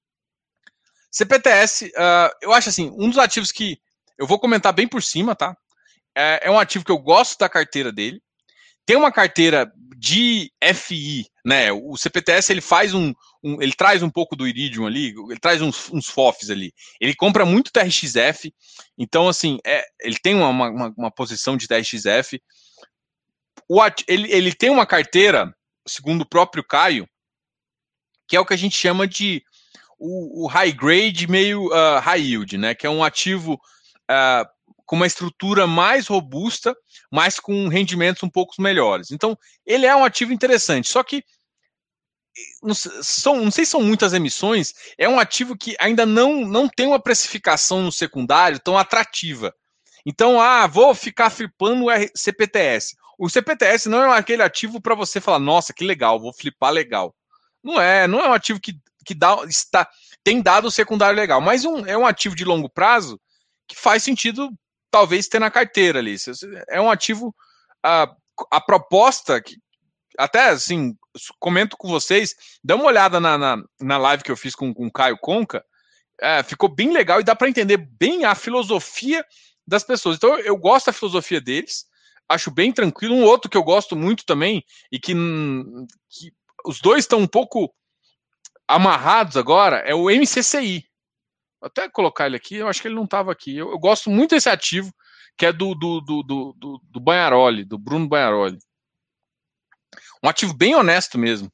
CPTS, eu acho assim, um dos ativos que eu vou comentar bem por cima, tá? É um ativo que eu gosto da carteira dele. Tem uma carteira de FI, né? O CPTS ele faz ele traz um pouco do Iridium ali, ele traz uns FOFs ali. Ele compra muito TRXF, então assim, ele tem uma posição de TRXF. Ele tem uma carteira, segundo o próprio Caio, que é o que a gente chama de o high grade meio high yield, né? Que é um ativo com uma estrutura mais robusta, mas com rendimentos um pouco melhores. Então, ele é um ativo interessante. Só que não sei se são muitas emissões, é um ativo que ainda não tem uma precificação no secundário tão atrativa. Então, vou ficar flipando o CPTS. O CPTS não é aquele ativo para você falar, nossa, que legal, vou flipar legal. Não é um ativo que tem dado secundário legal, mas é um ativo de longo prazo que faz sentido talvez ter na carteira ali. É um ativo, a proposta, até assim, comento com vocês, dá uma olhada na live que eu fiz com o Caio Conca, ficou bem legal e dá para entender bem a filosofia das pessoas. Então eu gosto da filosofia deles, acho bem tranquilo. Um outro que eu gosto muito também, e que os dois estão um pouco amarrados agora, é o MCCI. Vou até colocar ele aqui, eu acho que ele não estava aqui. Eu gosto muito desse ativo, que é do Banharoli, do Bruno Banharoli. Um ativo bem honesto mesmo.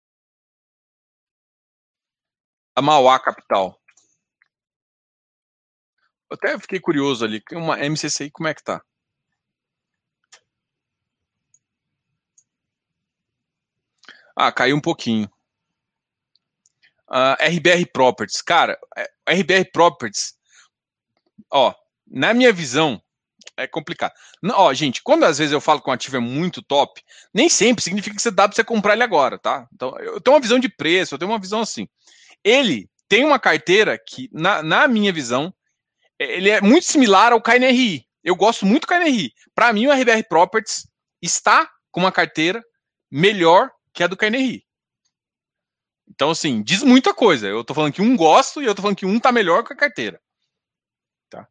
A Mauá Capital. Eu até fiquei curioso ali, uma MCCI, como é que tá? Ah, caiu um pouquinho. RBR Properties. Cara, RBR Properties, ó, na minha visão, é complicado. Ó, gente, quando às vezes eu falo que um ativo é muito top, nem sempre significa que você dá para você comprar ele agora, tá? Então, eu tenho uma visão de preço, eu tenho uma visão assim. Ele tem uma carteira que, na minha visão, ele é muito similar ao KNRI. Eu gosto muito do KNRI. Para mim, o RBR Properties está com uma carteira melhor que a do KNRI. Então, assim, diz muita coisa. Eu tô falando que um gosto e eu tô falando que um tá melhor que a carteira. Tá?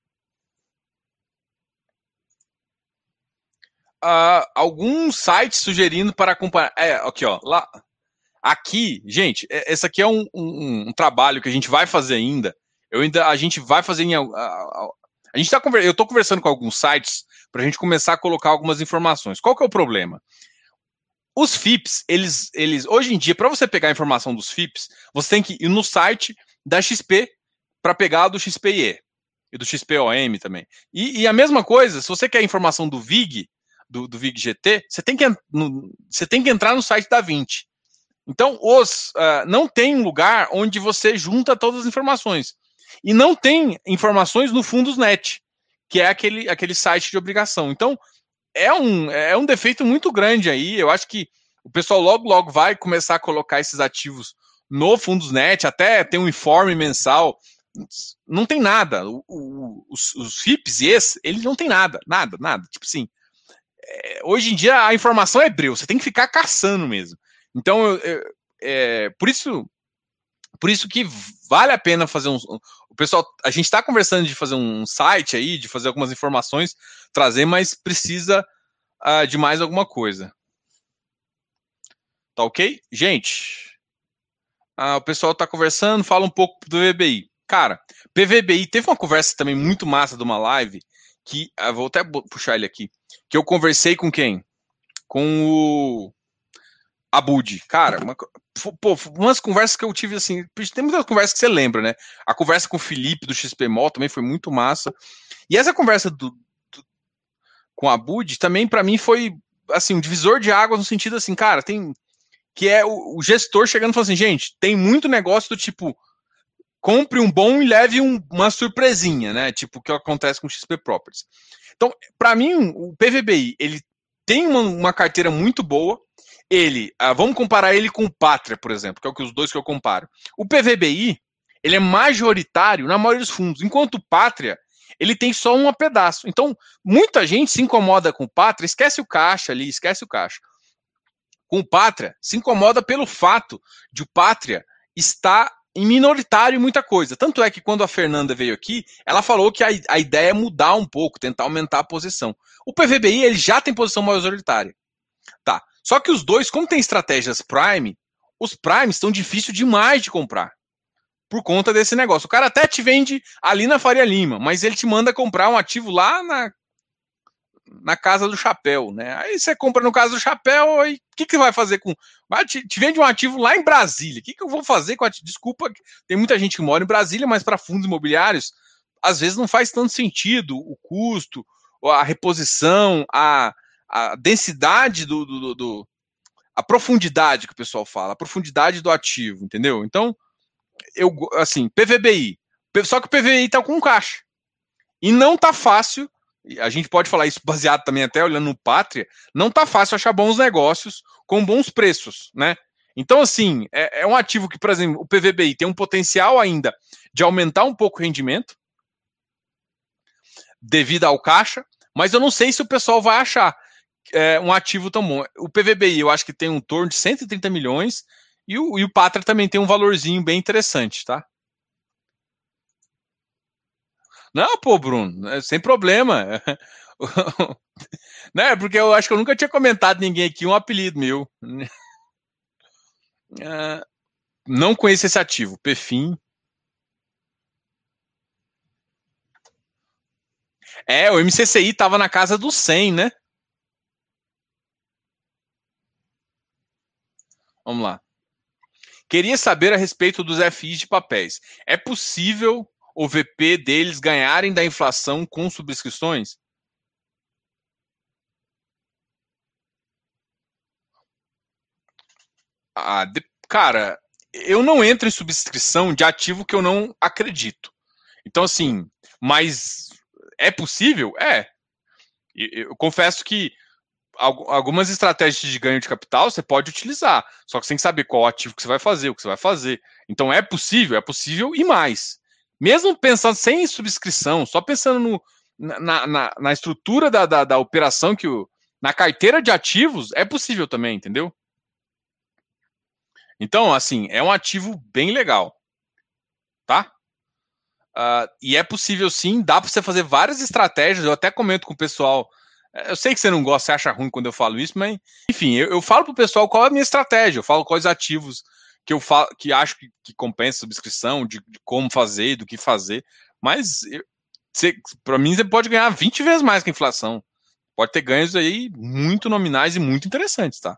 Alguns sites sugerindo para acompanhar. Aqui, ó. Lá, aqui, gente, esse aqui é um trabalho que a gente vai fazer ainda. A gente vai fazer a gente eu estou conversando com alguns sites para a gente começar a colocar algumas informações. Qual que é o problema? Os FIPS, hoje em dia, para você pegar a informação dos FIPS, você tem que ir no site da XP para pegar do XPIE e do XPOM também. E a mesma coisa, se você quer a informação do VIG, do VIG GT, você tem que entrar no site da 20. Então, não tem um lugar onde você junta todas as informações. E não tem informações no Fundosnet, que é aquele site de obrigação. Então, é um defeito muito grande aí. Eu acho que o pessoal logo vai começar a colocar esses ativos no Fundosnet, até tem um informe mensal. Não tem nada. Os FIPS e esse, eles não tem nada. Tipo assim, hoje em dia a informação é breu, você tem que ficar caçando mesmo. Então, por isso que vale a pena fazer o pessoal, a gente está conversando de fazer um site aí, de fazer algumas informações, trazer, mas precisa de mais alguma coisa. Tá ok? Gente, o pessoal está conversando, fala um pouco do PVBI. Cara, PVBI, teve uma conversa também muito massa de uma live, que, vou até puxar ele aqui, que eu conversei com quem? Com o Abud. Cara, umas conversas que eu tive assim. Tem muitas conversas que você lembra, né? A conversa com o Felipe do XPMOL também foi muito massa. E essa conversa com a Abud também, para mim, foi assim, um divisor de águas no sentido assim, cara, tem. Que é o gestor chegando e falando assim, gente, tem muito negócio do tipo, compre um bom e leve uma surpresinha, né? Tipo, o que acontece com o XP Properties. Então, para mim, o PVBI, ele tem uma carteira muito boa. Vamos comparar ele com o Pátria, por exemplo, que é os dois que eu comparo. O PVBI, ele é majoritário na maioria dos fundos, enquanto o Pátria, ele tem só um pedaço. Então, muita gente se incomoda com o Pátria, esquece o caixa ali, esquece o caixa. Com o Pátria, se incomoda pelo fato de o Pátria estar em minoritário em muita coisa. Tanto é que quando a Fernanda veio aqui, ela falou que a ideia é mudar um pouco, tentar aumentar a posição. O PVBI, ele já tem posição majoritária. Tá. Só que os dois, como tem estratégias Prime, os Primes estão difíceis demais de comprar. Por conta desse negócio. O cara até te vende ali na Faria Lima, mas ele te manda comprar um ativo lá na Casa do Chapéu, né? Aí você compra no Casa do Chapéu e o que vai fazer com. Te vende um ativo lá em Brasília. O que eu vou fazer com ativo? Desculpa, tem muita gente que mora em Brasília, mas para fundos imobiliários, às vezes não faz tanto sentido o custo, a reposição, a densidade a profundidade que o pessoal fala, a profundidade do ativo, entendeu? Então, assim, PVBI. Só que o PVBI tá com caixa. E não tá fácil, a gente pode falar isso baseado também até olhando no Pátria, não tá fácil achar bons negócios com bons preços, né? Então, assim, é um ativo que, por exemplo, o PVBI tem um potencial ainda de aumentar um pouco o rendimento devido ao caixa, mas eu não sei se o pessoal vai achar um ativo tão bom. O PVBI eu acho que tem um torno de 130 milhões e o Pátria também tem um valorzinho bem interessante, tá? Não, pô, Bruno, sem problema. Né? Porque eu acho que eu nunca tinha comentado ninguém aqui um apelido meu. Não conheço esse ativo, Pefim. O MCCI tava na casa do 100, né? Vamos lá. Queria saber a respeito dos FIs de papéis. É possível o VP deles ganharem da inflação com subscrições? Cara, eu não entro em subscrição de ativo que eu não acredito. Então, assim, mas é possível? É. Eu confesso que algumas estratégias de ganho de capital você pode utilizar, só que você tem que saber qual ativo que você vai fazer, o que você vai fazer. Então é possível e mais. Mesmo pensando sem subscrição, só pensando na estrutura da operação, na carteira de ativos, é possível também, entendeu? Então, assim, é um ativo bem legal, tá? E é possível sim, dá para você fazer várias estratégias. Eu até comento com o pessoal. Eu sei que você não gosta, você acha ruim quando eu falo isso, mas enfim, eu falo para o pessoal qual é a minha estratégia. Eu falo quais ativos que eu falo, que acho que compensa a subscrição, de como fazer, do que fazer. Mas para mim você pode ganhar 20 vezes mais que a inflação. Pode ter ganhos aí muito nominais e muito interessantes, tá?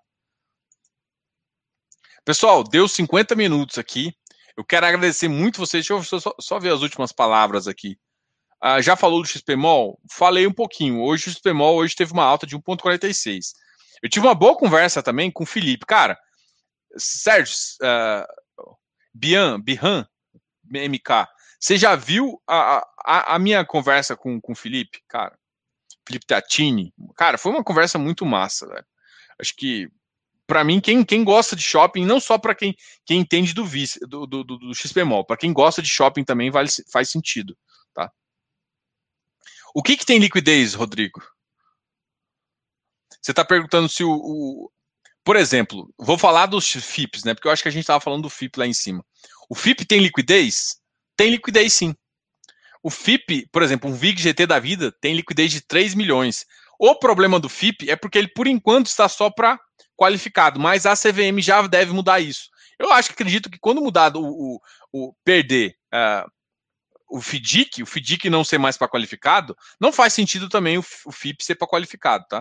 Pessoal, deu 50 minutos aqui. Eu quero agradecer muito vocês. Deixa eu só ver as últimas palavras aqui. Já falou do XPMOL? Falei um pouquinho. Hoje o XPMOL hoje teve uma alta de 1,46. Eu tive uma boa conversa também com o Felipe. Cara, Sérgio, Bihan, MK, você já viu a minha conversa com o Felipe? Cara, Felipe Tatini. Cara, foi uma conversa muito massa, velho. Acho que, para mim, quem gosta de shopping, não só para quem entende do XPMOL, para quem gosta de shopping também faz sentido, tá? O que tem liquidez, Rodrigo? Você está perguntando se por exemplo, vou falar dos FIPs, né? Porque eu acho que a gente estava falando do FIP lá em cima. O FIP tem liquidez? Tem liquidez, sim. O FIP, por exemplo, um VIG GT da vida tem liquidez de 3 milhões. O problema do FIP é porque ele, por enquanto, está só para qualificado, mas a CVM já deve mudar isso. Eu acredito que quando mudar perder o FDIC não ser mais para qualificado, não faz sentido também o FIP ser para qualificado, tá?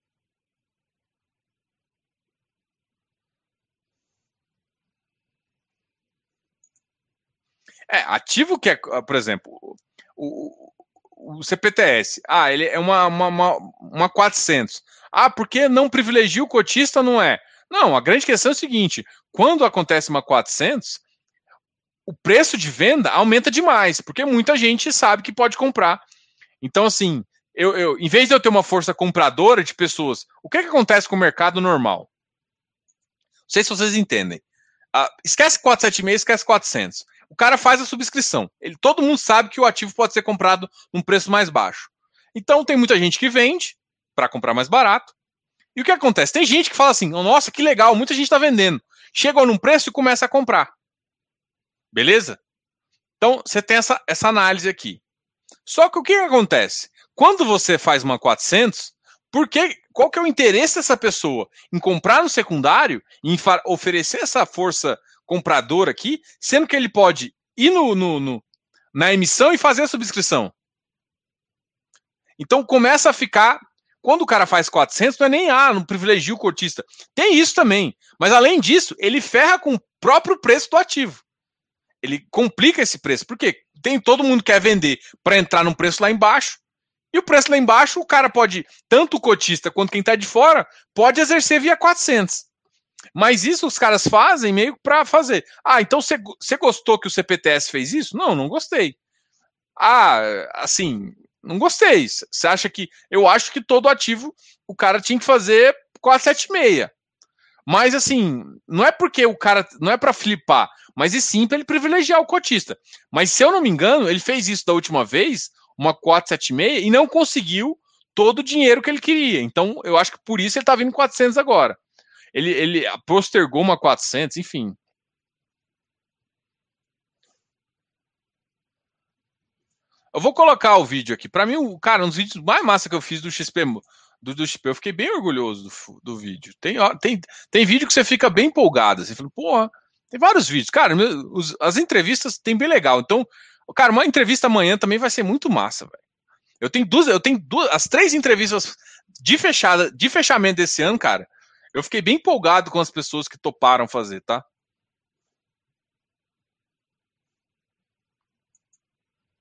Ativo que é, por exemplo, o CPTS. Ele é uma 400. Por que não privilegia o cotista? Não é. Não, a grande questão é o seguinte: quando acontece uma 400, o preço de venda aumenta demais, porque muita gente sabe que pode comprar. Então, assim, em vez de eu ter uma força compradora de pessoas, o que acontece com o mercado normal? Não sei se vocês entendem. Esquece 476, esquece 400. O cara faz a subscrição. Todo mundo sabe que o ativo pode ser comprado num preço mais baixo. Então, tem muita gente que vende para comprar mais barato. E o que acontece? Tem gente que fala assim: nossa, que legal, muita gente está vendendo. Chega num preço e começa a comprar. Beleza? Então, você tem essa análise aqui. Só que o que acontece? Quando você faz uma 400, qual que é o interesse dessa pessoa em comprar no secundário, em oferecer essa força compradora aqui, sendo que ele pode ir na emissão e fazer a subscrição? Então começa a ficar. Quando o cara faz 400, não é nem não privilegia o cotista. Tem isso também. Mas além disso, ele ferra com o próprio preço do ativo. Ele complica esse preço. Por quê? Todo mundo quer vender para entrar num preço lá embaixo. E o preço lá embaixo, o cara pode, tanto o cotista quanto quem está de fora, pode exercer via 400. Mas isso os caras fazem meio para fazer. Então você gostou que o CPTS fez isso? Não, não gostei. Assim, não gostei. Você acha que... Eu acho que todo ativo o cara tinha que fazer 476. Mas assim, não é porque o cara... Não é para flipar, mas e sim para ele privilegiar o cotista. Mas se eu não me engano, ele fez isso da última vez, uma 476, e não conseguiu todo o dinheiro que ele queria. Então, eu acho que por isso ele está vindo 400 agora. Ele postergou uma 400, enfim. Eu vou colocar o vídeo aqui. Para mim, cara, um dos vídeos mais massa que eu fiz do XP, do XP, eu fiquei bem orgulhoso do vídeo. Tem vídeo que você fica bem empolgado. Você fala, porra, tem vários vídeos. Cara, as entrevistas tem bem legal. Então, cara, uma entrevista amanhã também vai ser muito massa, velho. As 3 entrevistas de fechamento desse ano, cara. Eu fiquei bem empolgado com as pessoas que toparam fazer, tá?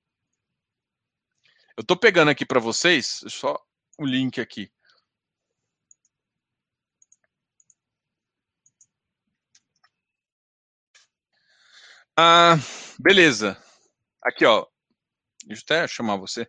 Eu tô pegando aqui para vocês, só o link aqui. Beleza. Aqui, ó. Deixa eu até chamar você.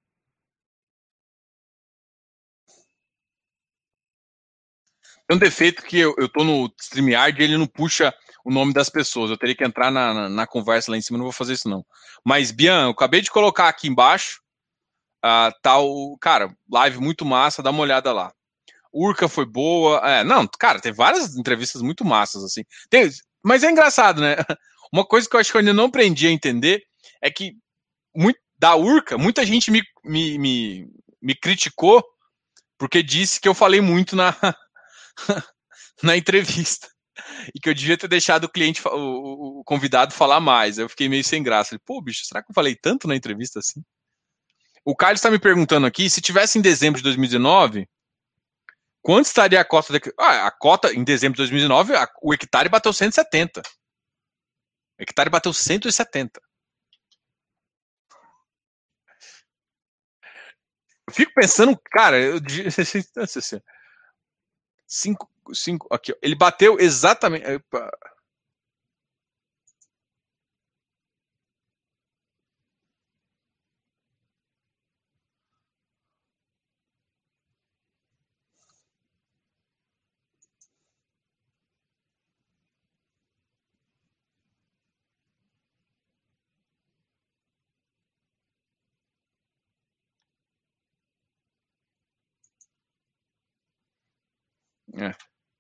Tem um defeito que eu tô no StreamYard e ele não puxa o nome das pessoas. Eu teria que entrar na conversa lá em cima, não vou fazer isso não. Mas, Bian, eu acabei de colocar aqui embaixo, tá o... Cara, live muito massa, dá uma olhada lá. Urca foi boa. Não, cara, tem várias entrevistas muito massas, assim. Mas é engraçado, né? Uma coisa que eu acho que eu ainda não aprendi a entender é que da Urca, muita gente me criticou porque disse que eu falei muito na entrevista e que eu devia ter deixado o cliente, o convidado falar mais. Eu fiquei meio sem graça. Falei, pô, bicho, será que eu falei tanto na entrevista assim? O Carlos está me perguntando aqui, se tivesse em dezembro de 2019, quanto estaria a cota? A cota em dezembro de 2019, o hectare bateu 170. O hectare bateu 170. Eu fico pensando, cara, cinco, aqui, ele bateu exatamente. É.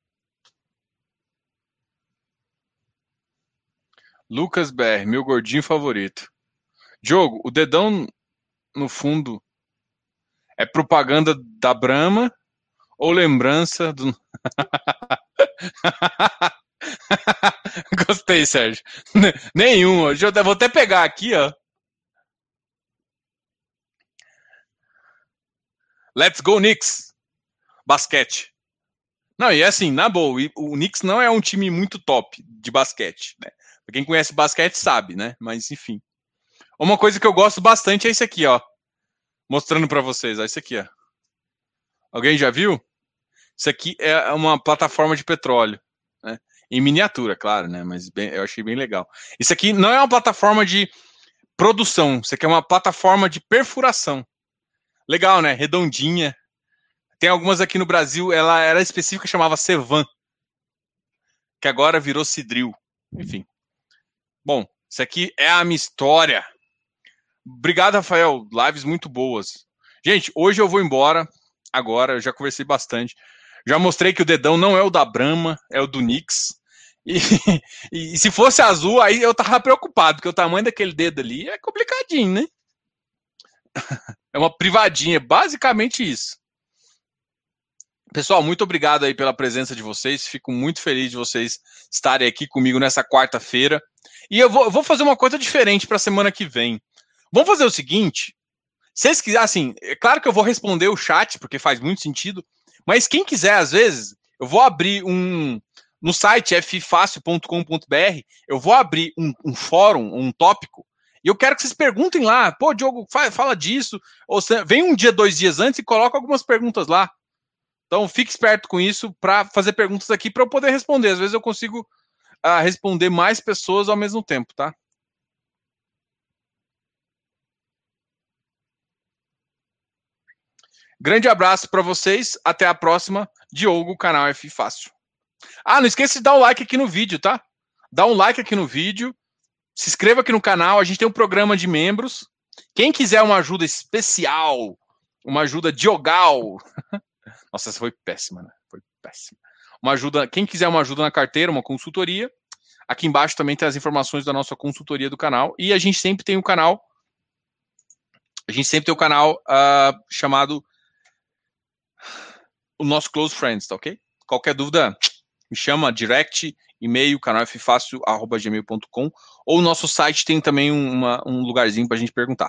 Lucas BR, meu gordinho favorito. Diogo, o dedão no fundo é propaganda da Brahma ou lembrança do. Gostei, Sérgio. Nenhum. Eu vou até pegar aqui, ó. Let's go, Knicks. Basquete. Não, e assim, na boa, o Knicks não é um time muito top de basquete, né? Pra quem conhece basquete sabe, né? Mas enfim. Uma coisa que eu gosto bastante é isso aqui, ó. Mostrando para vocês, ó, isso aqui, ó. Alguém já viu? Isso aqui é uma plataforma de petróleo, né? Em miniatura, claro, né? Mas eu achei bem legal. Isso aqui não é uma plataforma de produção, isso aqui é uma plataforma de perfuração. Legal, né? Redondinha. Tem algumas aqui no Brasil, ela era específica, chamava Cevan, que agora virou Cidril. Enfim. Bom, isso aqui é a minha história. Obrigado, Rafael. Lives muito boas. Gente, hoje eu vou embora. Agora, eu já conversei bastante. Já mostrei que o dedão não é o da Brahma, é o do Knicks. E, e se fosse azul, aí eu tava preocupado, porque o tamanho daquele dedo ali é complicadinho, né? É uma privadinha, basicamente isso. Pessoal, muito obrigado aí pela presença de vocês. Fico muito feliz de vocês estarem aqui comigo nessa quarta-feira. E eu vou fazer uma coisa diferente para a semana que vem. Vamos fazer o seguinte: se vocês quiserem, assim, é claro que eu vou responder o chat, porque faz muito sentido, mas quem quiser, às vezes, eu vou abrir no site ffácil.com.br, eu vou abrir um fórum, um tópico, e eu quero que vocês perguntem lá, pô, Diogo, fala disso, ou vem um dia, 2 dias antes e coloca algumas perguntas lá. Então, fique esperto com isso para fazer perguntas aqui para eu poder responder. Às vezes eu consigo responder mais pessoas ao mesmo tempo, tá? Grande abraço para vocês. Até a próxima. Diogo, canal F Fácil. Não esqueça de dar um like aqui no vídeo, tá? Dá um like aqui no vídeo. Se inscreva aqui no canal. A gente tem um programa de membros. Quem quiser uma ajuda especial, uma ajuda diogal. Nossa, essa foi péssima, né? Foi péssima. Quem quiser uma ajuda na carteira, uma consultoria, aqui embaixo também tem as informações da nossa consultoria do canal. E a gente sempre tem um canal. Chamado o nosso Close Friends, tá ok? Qualquer dúvida, me chama, direct, e-mail, canalffácil@gmail.com, ou o nosso site tem também um lugarzinho pra gente perguntar.